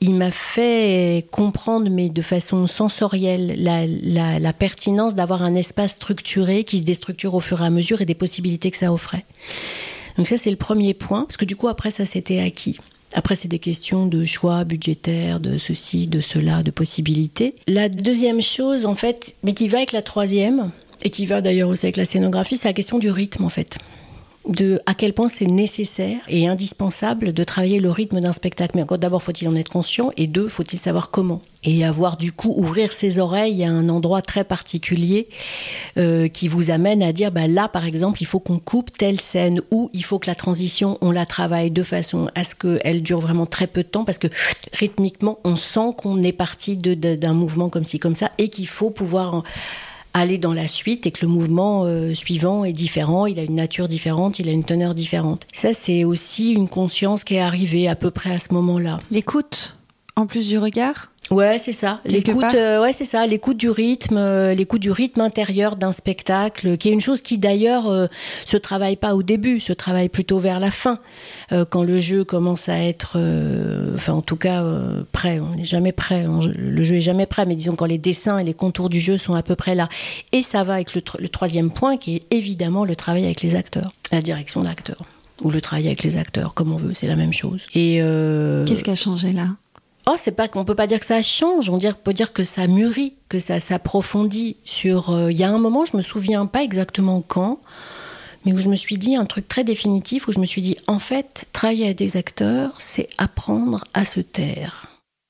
il m'a fait comprendre, mais de façon sensorielle, la, la, la pertinence d'avoir un espace structuré qui se déstructure au fur et à mesure et des possibilités que ça offrait. Donc ça, c'est le premier point, parce que du coup, après, ça s'était acquis. Après, c'est des questions de choix budgétaires, de ceci, de cela, de possibilités. La deuxième chose, en fait, mais qui va avec la troisième, et qui va d'ailleurs aussi avec la scénographie, c'est la question du rythme, en fait. De à quel point c'est nécessaire et indispensable de travailler le rythme d'un spectacle. Mais encore, d'abord, faut-il en être conscient, et deux, faut-il savoir comment. Et avoir, du coup, ouvrir ses oreilles à un endroit très particulier euh, qui vous amène à dire, bah, là, par exemple, il faut qu'on coupe telle scène, ou il faut que la transition, on la travaille de façon à ce qu'elle dure vraiment très peu de temps, parce que rythmiquement, on sent qu'on est parti de, de, d'un mouvement comme ci, comme ça, et qu'il faut pouvoir... En, aller dans la suite et que le mouvement euh, suivant est différent, il a une nature différente, il a une teneur différente. Ça, c'est aussi une conscience qui est arrivée à peu près à ce moment-là. L'écoute, en plus du regard ? Ouais, c'est ça. Quelque L'écoute, part. euh, ouais, c'est ça. L'écoute du rythme, euh, l'écoute du rythme intérieur d'un spectacle, qui est une chose qui d'ailleurs euh, se travaille pas au début, se travaille plutôt vers la fin, euh, quand le jeu commence à être, euh, enfin en tout cas euh, prêt. On n'est jamais prêt. On, le jeu est jamais prêt, mais disons quand les dessins et les contours du jeu sont à peu près là. Et ça va avec le, tr- le troisième point, qui est évidemment le travail avec les acteurs, la direction d'acteurs, ou le travail avec les acteurs, comme on veut, c'est la même chose. Et euh... qu'est-ce qui a changé là ? Oh, c'est pas qu'on peut pas dire que ça change, on peut dire que ça mûrit, que ça s'approfondit. Sur, il euh, y a un moment, je me souviens pas exactement quand, mais où je me suis dit un truc très définitif, où je me suis dit, en fait, travailler avec des acteurs, c'est apprendre à se taire.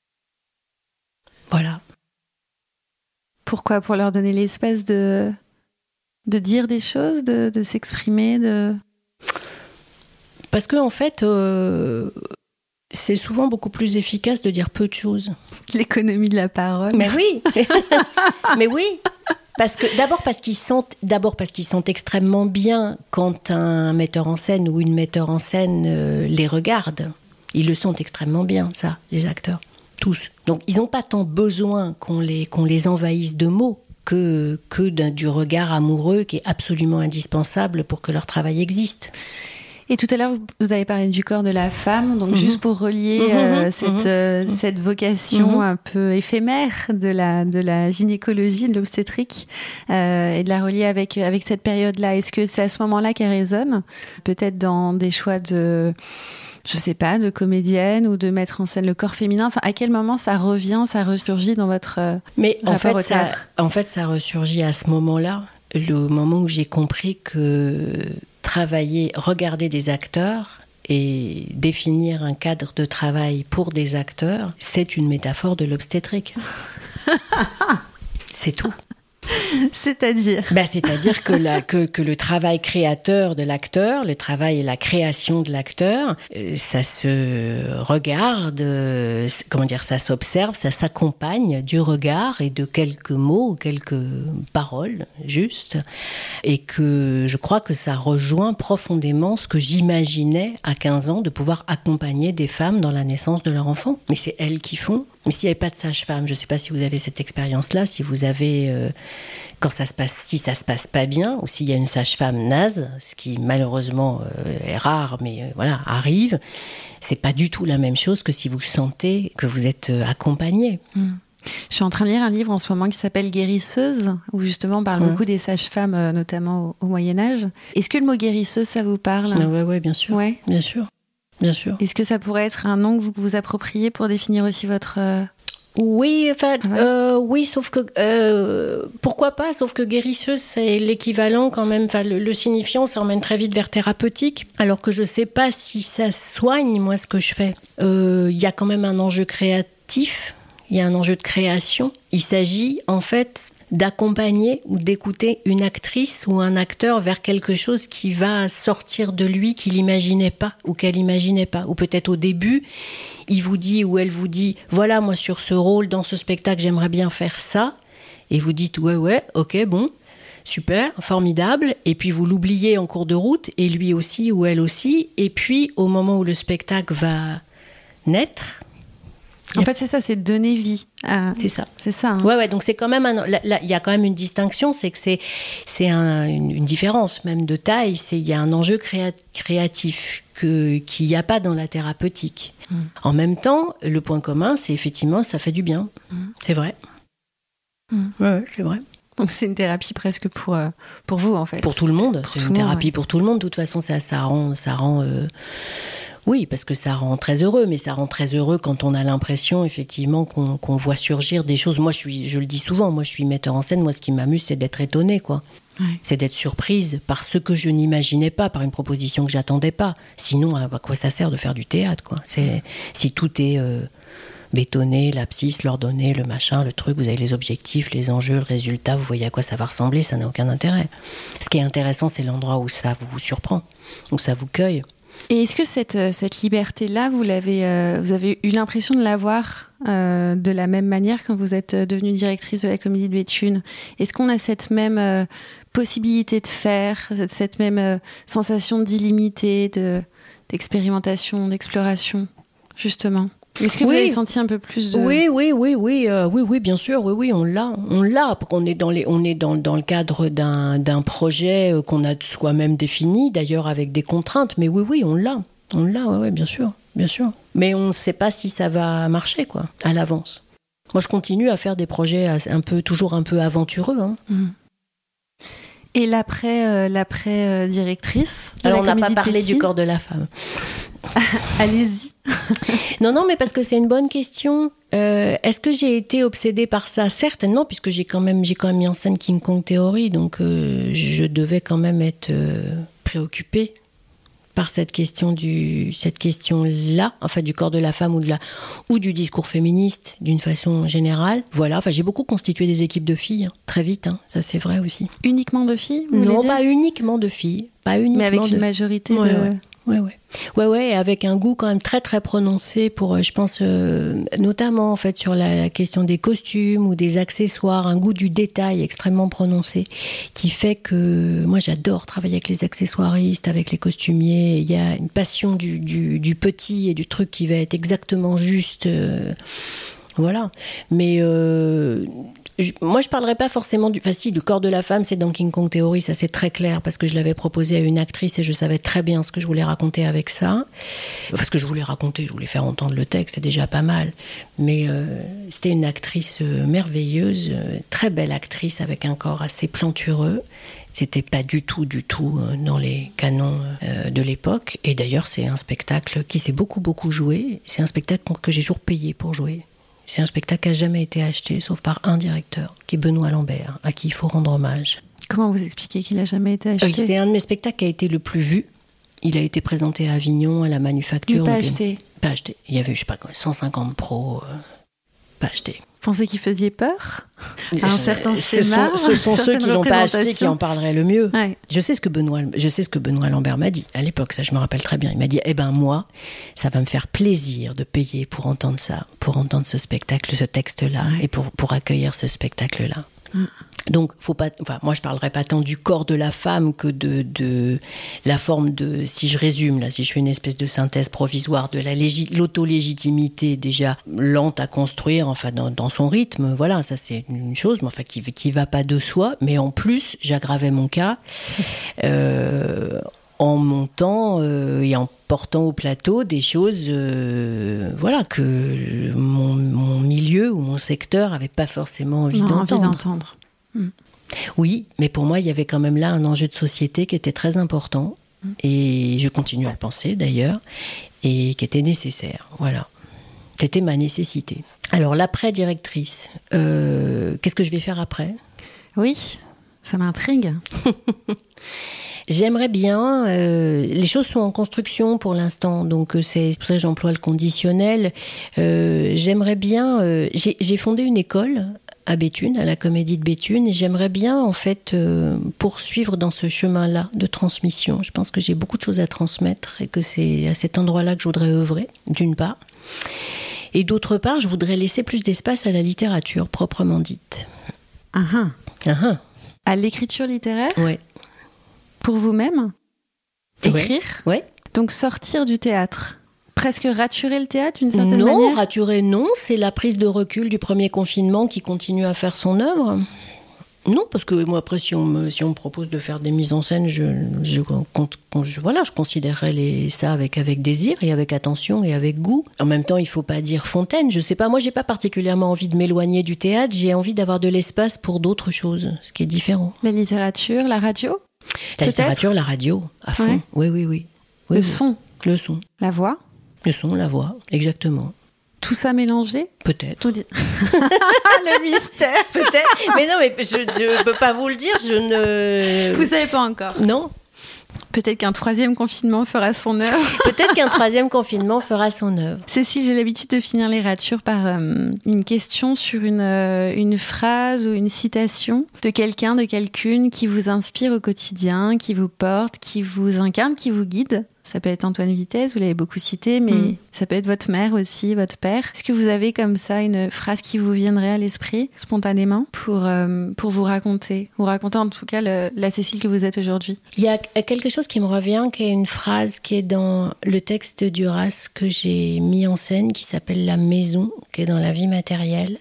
Voilà. Pourquoi ? Pour leur donner l'espace de de dire des choses, de, de s'exprimer, de. Parce que en fait. Euh... C'est souvent beaucoup plus efficace de dire peu de choses. L'économie de la parole. Mais oui, mais oui, parce que d'abord parce qu'ils sentent, d'abord parce qu'ils sentent extrêmement bien quand un metteur en scène ou une metteur en scène euh, les regarde. Ils le sentent extrêmement bien, ça, les acteurs, tous. Donc ils n'ont pas tant besoin qu'on les qu'on les envahisse de mots que que d'un, du regard amoureux qui est absolument indispensable pour que leur travail existe. Et tout à l'heure, vous avez parlé du corps de la femme, donc mmh. juste pour relier mmh, euh, cette, euh, mmh. cette vocation mmh. un peu éphémère de la, de la gynécologie, de l'obstétrique, euh, et de la relier avec, avec cette période-là. Est-ce que c'est à ce moment-là qu'elle résonne ? Peut-être dans des choix de, je sais pas, de comédienne ou de mettre en scène le corps féminin. Enfin, à quel moment ça revient, ça ressurgit dans votre euh, Mais rapport en fait, au théâtre ? ça, en fait, ça ressurgit à ce moment-là, le moment où j'ai compris que travailler, regarder des acteurs et définir un cadre de travail pour des acteurs, c'est une métaphore de l'obstétrique. C'est tout. C'est-à-dire ben, C'est-à-dire que, la, que, que le travail créateur de l'acteur, le travail et la création de l'acteur, euh, ça se regarde, euh, comment dire, ça s'observe, ça s'accompagne du regard et de quelques mots, quelques paroles, juste. Et que je crois que ça rejoint profondément ce que j'imaginais à quinze ans de pouvoir accompagner des femmes dans la naissance de leur enfant. Mais c'est elles qui font. Mais s'il n'y avait pas de sage-femme, je ne sais pas si vous avez cette expérience-là, si vous avez, euh, quand ça se passe, si ça se passe pas bien, ou s'il y a une sage-femme naze, ce qui malheureusement euh, est rare, mais euh, voilà, arrive, c'est pas du tout la même chose que si vous sentez que vous êtes euh, accompagné. Mmh. Je suis en train de lire un livre en ce moment qui s'appelle Guérisseuse, où justement on parle mmh. beaucoup des sages-femmes, euh, notamment au, au Moyen-Âge. Est-ce que le mot guérisseuse, ça vous parle ? Ah ouais, ouais, bien sûr. Ouais. Bien sûr. Bien sûr. Est-ce que ça pourrait être un nom que vous vous appropriez pour définir aussi votre... Euh... Oui, enfin, ouais. euh, oui, sauf que euh, pourquoi pas, sauf que guérisseuse, c'est l'équivalent quand même. Enfin, le, le signifiant, ça emmène très vite vers thérapeutique. Alors que je sais pas si ça soigne moi ce que je fais. Il euh, y a quand même un enjeu créatif, il y a un enjeu de création. Il s'agit en fait d'accompagner ou d'écouter une actrice ou un acteur vers quelque chose qui va sortir de lui qu'il n'imaginait pas ou qu'elle n'imaginait pas. Ou peut-être au début, il vous dit ou elle vous dit « Voilà, moi sur ce rôle, dans ce spectacle, j'aimerais bien faire ça. » Et vous dites « Ouais, ouais, ok, bon, super, formidable. » Et puis vous l'oubliez en cours de route, et lui aussi ou elle aussi. Et puis, au moment où le spectacle va naître... En fait, c'est ça, c'est donner vie. À... C'est ça. C'est ça. Hein. Ouais, ouais. Donc c'est quand même un. Il y a quand même une distinction, c'est que c'est c'est un, une, une différence même de taille. C'est il y a un enjeu créa, créatif que qu'il n'y a pas dans la thérapeutique. Mmh. En même temps, le point commun, c'est effectivement ça fait du bien. Mmh. C'est vrai. Mmh. Ouais, c'est vrai. Donc c'est une thérapie presque pour euh, pour vous en fait. Pour tout le monde. Pour c'est tout une thérapie monde, ouais. pour tout le monde. De toute façon, ça ça rend ça rend. Euh, Oui, parce que ça rend très heureux, mais ça rend très heureux quand on a l'impression, effectivement, qu'on, qu'on voit surgir des choses. Moi, je suis, je le dis souvent, moi, je suis metteur en scène. Moi, ce qui m'amuse, c'est d'être étonnée, quoi. Ouais. C'est d'être surprise par ce que je n'imaginais pas, par une proposition que j'attendais pas. Sinon, à quoi ça sert de faire du théâtre, quoi. C'est, si tout est euh, bétonné, l'abscisse, l'ordonné, le machin, le truc, vous avez les objectifs, les enjeux, le résultat, vous voyez à quoi ça va ressembler, ça n'a aucun intérêt. Ce qui est intéressant, c'est l'endroit où ça vous surprend, où ça vous cueille. Et est-ce que cette, cette liberté-là, vous, l'avez, euh, vous avez eu l'impression de l'avoir euh, de la même manière quand vous êtes devenue directrice de la Comédie de Béthune ? Est-ce qu'on a cette même euh, possibilité de faire, cette, cette même euh, sensation d'illimité, de, d'expérimentation, d'exploration, justement ? Est-ce que oui. vous avez senti un peu plus de... Oui, oui, oui, oui, euh, oui, oui, bien sûr, oui, oui, on l'a, on l'a. On est dans les, on est dans dans le cadre d'un d'un projet qu'on a soi-même défini, d'ailleurs avec des contraintes. Mais oui, oui, on l'a, on l'a, oui, oui, bien sûr, bien sûr. Mais on ne sait pas si ça va marcher, quoi, à l'avance. Moi, je continue à faire des projets un peu, toujours un peu aventureux. Hein. Mmh. Et l'après, euh, l'après euh, directrice. Alors, on n'a pas parlé du corps de la femme. Allez-y. Non, non, mais parce que c'est une bonne question. Euh, est-ce que j'ai été obsédée par ça ? Certainement, puisque j'ai quand même, j'ai quand même mis en scène King Kong Theory, donc euh, je devais quand même être euh, préoccupée par cette question du, cette question-là, enfin du corps de la femme ou de la, ou du discours féministe d'une façon générale. Voilà. Enfin, j'ai beaucoup constitué des équipes de filles, hein, très vite. Hein, ça, c'est vrai aussi. Uniquement de filles ? Vous Non, voulez dire ? pas uniquement de filles, pas uniquement. Mais avec de... une majorité ouais, de. Ouais. Ouais, ouais. Ouais, ouais, avec un goût quand même très, très prononcé pour, je pense, euh, notamment, en fait, sur la, la question des costumes ou des accessoires, un goût du détail extrêmement prononcé, qui fait que, moi, j'adore travailler avec les accessoiristes, avec les costumiers. Il y a une passion du, du, du petit et du truc qui va être exactement juste, euh, voilà. Mais, euh, Je, moi, je parlerai pas forcément du... Enfin, si, le corps de la femme, c'est dans King Kong Theory, ça c'est très clair, parce que je l'avais proposé à une actrice et je savais très bien ce que je voulais raconter avec ça. Enfin, ce que je voulais raconter, je voulais faire entendre le texte, c'est déjà pas mal. Mais euh, c'était une actrice euh, merveilleuse, euh, très belle actrice, avec un corps assez plantureux. C'était pas du tout, du tout euh, dans les canons euh, de l'époque. Et d'ailleurs, c'est un spectacle qui s'est beaucoup, beaucoup joué. C'est un spectacle que j'ai toujours payé pour jouer. C'est un spectacle qui n'a jamais été acheté, sauf par un directeur, qui est Benoît Lambert, à qui il faut rendre hommage. Comment vous expliquez qu'il n'a jamais été acheté ? Oui, c'est un de mes spectacles qui a été le plus vu. Il a été présenté à Avignon, à la Manufacture. Mais pas acheté ? Pas acheté. Il y avait, je sais pas quoi, cent cinquante pros, euh, pas acheté. Vous pensez qu'il faisait peur à un certain ce schéma, sont, ce sont ceux qui l'ont pas acheté qui en parleraient le mieux. Ouais. Je sais ce que Benoît, je sais ce que Benoît Lambert m'a dit à l'époque. Ça, je me rappelle très bien. Il m'a dit, eh ben moi, ça va me faire plaisir de payer pour entendre ça, pour entendre ce spectacle, ce texte-là, ouais. et pour pour accueillir ce spectacle-là. Mm. Donc, faut pas. Enfin, moi, je parlerai pas tant du corps de la femme que de de la forme de. Si je résume là, si je fais une espèce de synthèse provisoire de la légi, l'auto-légitimité déjà lente à construire, enfin dans, dans son rythme. Voilà, ça c'est une chose, mais enfin qui qui va pas de soi. Mais en plus, j'aggravais mon cas euh, en montant euh, et en portant au plateau des choses, euh, voilà, que mon, mon milieu ou mon secteur avait pas forcément envie non, d'entendre. Envie d'entendre. Mmh. Oui, mais pour moi, il y avait quand même là un enjeu de société qui était très important, mmh. et je continue à le penser d'ailleurs, et qui était nécessaire, voilà. C'était ma nécessité. Alors, l'après-directrice, euh, qu'est-ce que je vais faire après ? Oui, ça m'intrigue. J'aimerais bien, euh, les choses sont en construction pour l'instant, donc c'est pour ça que j'emploie le conditionnel. Euh, j'aimerais bien, euh, j'ai, j'ai fondé une école à Béthune, à la Comédie de Béthune, et j'aimerais bien en fait euh, poursuivre dans ce chemin-là de transmission. Je pense que j'ai beaucoup de choses à transmettre et que c'est à cet endroit-là que je voudrais œuvrer, d'une part. Et d'autre part, je voudrais laisser plus d'espace à la littérature proprement dite. Uh-huh. Uh-huh. À l'écriture littéraire ? Ouais. Pour vous-même ? Écrire ? Ouais. Ouais. Donc sortir du théâtre ? presque raturer le théâtre d'une certaine non, manière ? Non, raturer, non. C'est la prise de recul du premier confinement qui continue à faire son œuvre. Non, parce que moi, après, si on me, si on me propose de faire des mises en scène, je, je, je, voilà, je considérerais les, ça avec, avec désir et avec attention et avec goût. En même temps, il ne faut pas dire fontaine. Je ne sais pas, moi, je n'ai pas particulièrement envie de m'éloigner du théâtre. J'ai envie d'avoir de l'espace pour d'autres choses, ce qui est différent. La littérature, la radio ? La Peut-être littérature, la radio, à fond. Ouais. Oui, oui, oui. oui le oui. son ? Le son. La voix ? Le son, la voix, exactement. Tout ça mélangé ? Peut-être. Tout dit... le mystère. Peut-être. Mais non, mais je ne peux pas vous le dire. Je ne. Vous savez pas encore. Non. Peut-être qu'un troisième confinement fera son œuvre. Peut-être qu'un troisième confinement fera son œuvre. Cécile, j'ai l'habitude de finir les ratures par euh, une question sur une, euh, une phrase ou une citation de quelqu'un, de quelqu'une qui vous inspire au quotidien, qui vous porte, qui vous incarne, qui vous guide. Ça peut être Antoine Vitesse, vous l'avez beaucoup cité, mais mmh. ça peut être votre mère aussi, votre père. Est-ce que vous avez comme ça une phrase qui vous viendrait à l'esprit, spontanément, pour, euh, pour vous raconter, vous raconter en tout cas le, la Cécile que vous êtes aujourd'hui ? Il y a quelque chose qui me revient, qui est une phrase qui est dans le texte d'Horace que j'ai mis en scène, qui s'appelle « La maison », qui est dans la vie matérielle.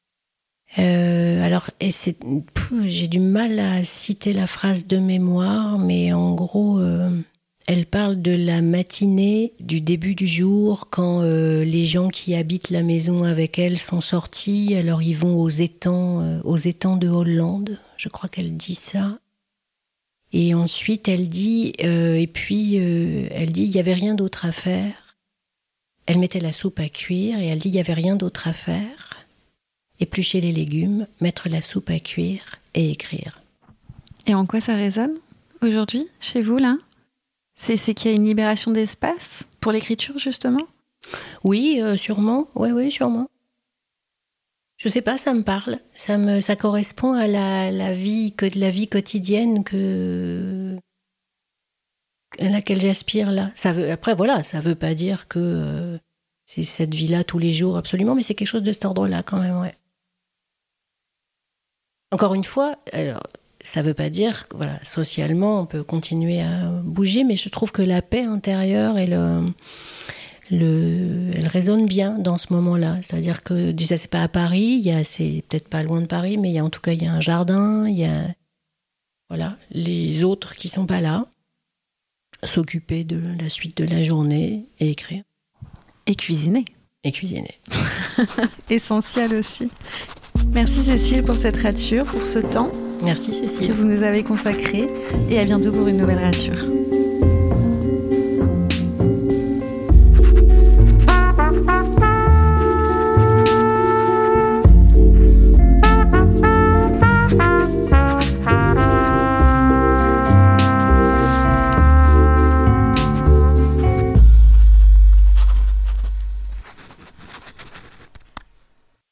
Euh, alors, et c'est, pff, j'ai du mal à citer la phrase de mémoire, mais en gros... Euh, Elle parle de la matinée du début du jour, quand euh, les gens qui habitent la maison avec elle sont sortis. Alors ils vont aux étangs, euh, aux étangs de Hollande. Je crois qu'elle dit ça. Et ensuite elle dit, euh, et puis euh, elle dit, il y avait rien d'autre à faire. Elle mettait la soupe à cuire et elle dit, il y avait rien d'autre à faire. Éplucher les légumes, mettre la soupe à cuire et écrire. Et en quoi ça résonne aujourd'hui chez vous là ? C'est, c'est qu'il y a une libération d'espace pour l'écriture, justement ? Oui, euh, sûrement. Oui, oui, sûrement. Je sais pas, ça me parle. Ça, me, ça correspond à la, la, vie, que, la vie quotidienne que, à laquelle j'aspire là. Ça veut, après, voilà, ça veut pas dire que euh, c'est cette vie-là tous les jours, absolument, mais c'est quelque chose de cet ordre-là quand même, ouais. Encore une fois, alors... Ça ne veut pas dire que voilà, socialement, on peut continuer à bouger, mais je trouve que la paix intérieure, elle, le, elle résonne bien dans ce moment-là. C'est-à-dire que, déjà, ce n'est pas à Paris, il y a, c'est peut-être pas loin de Paris, mais il y a, en tout cas, il y a un jardin, il y a voilà, les autres qui ne sont pas là, s'occuper de la suite de la journée et écrire. Et cuisiner. Et cuisiner. Essentiel aussi. Merci Cécile pour cette rature, pour ce temps. Merci Cécile. Que vous nous avez consacré et à bientôt pour une nouvelle rature.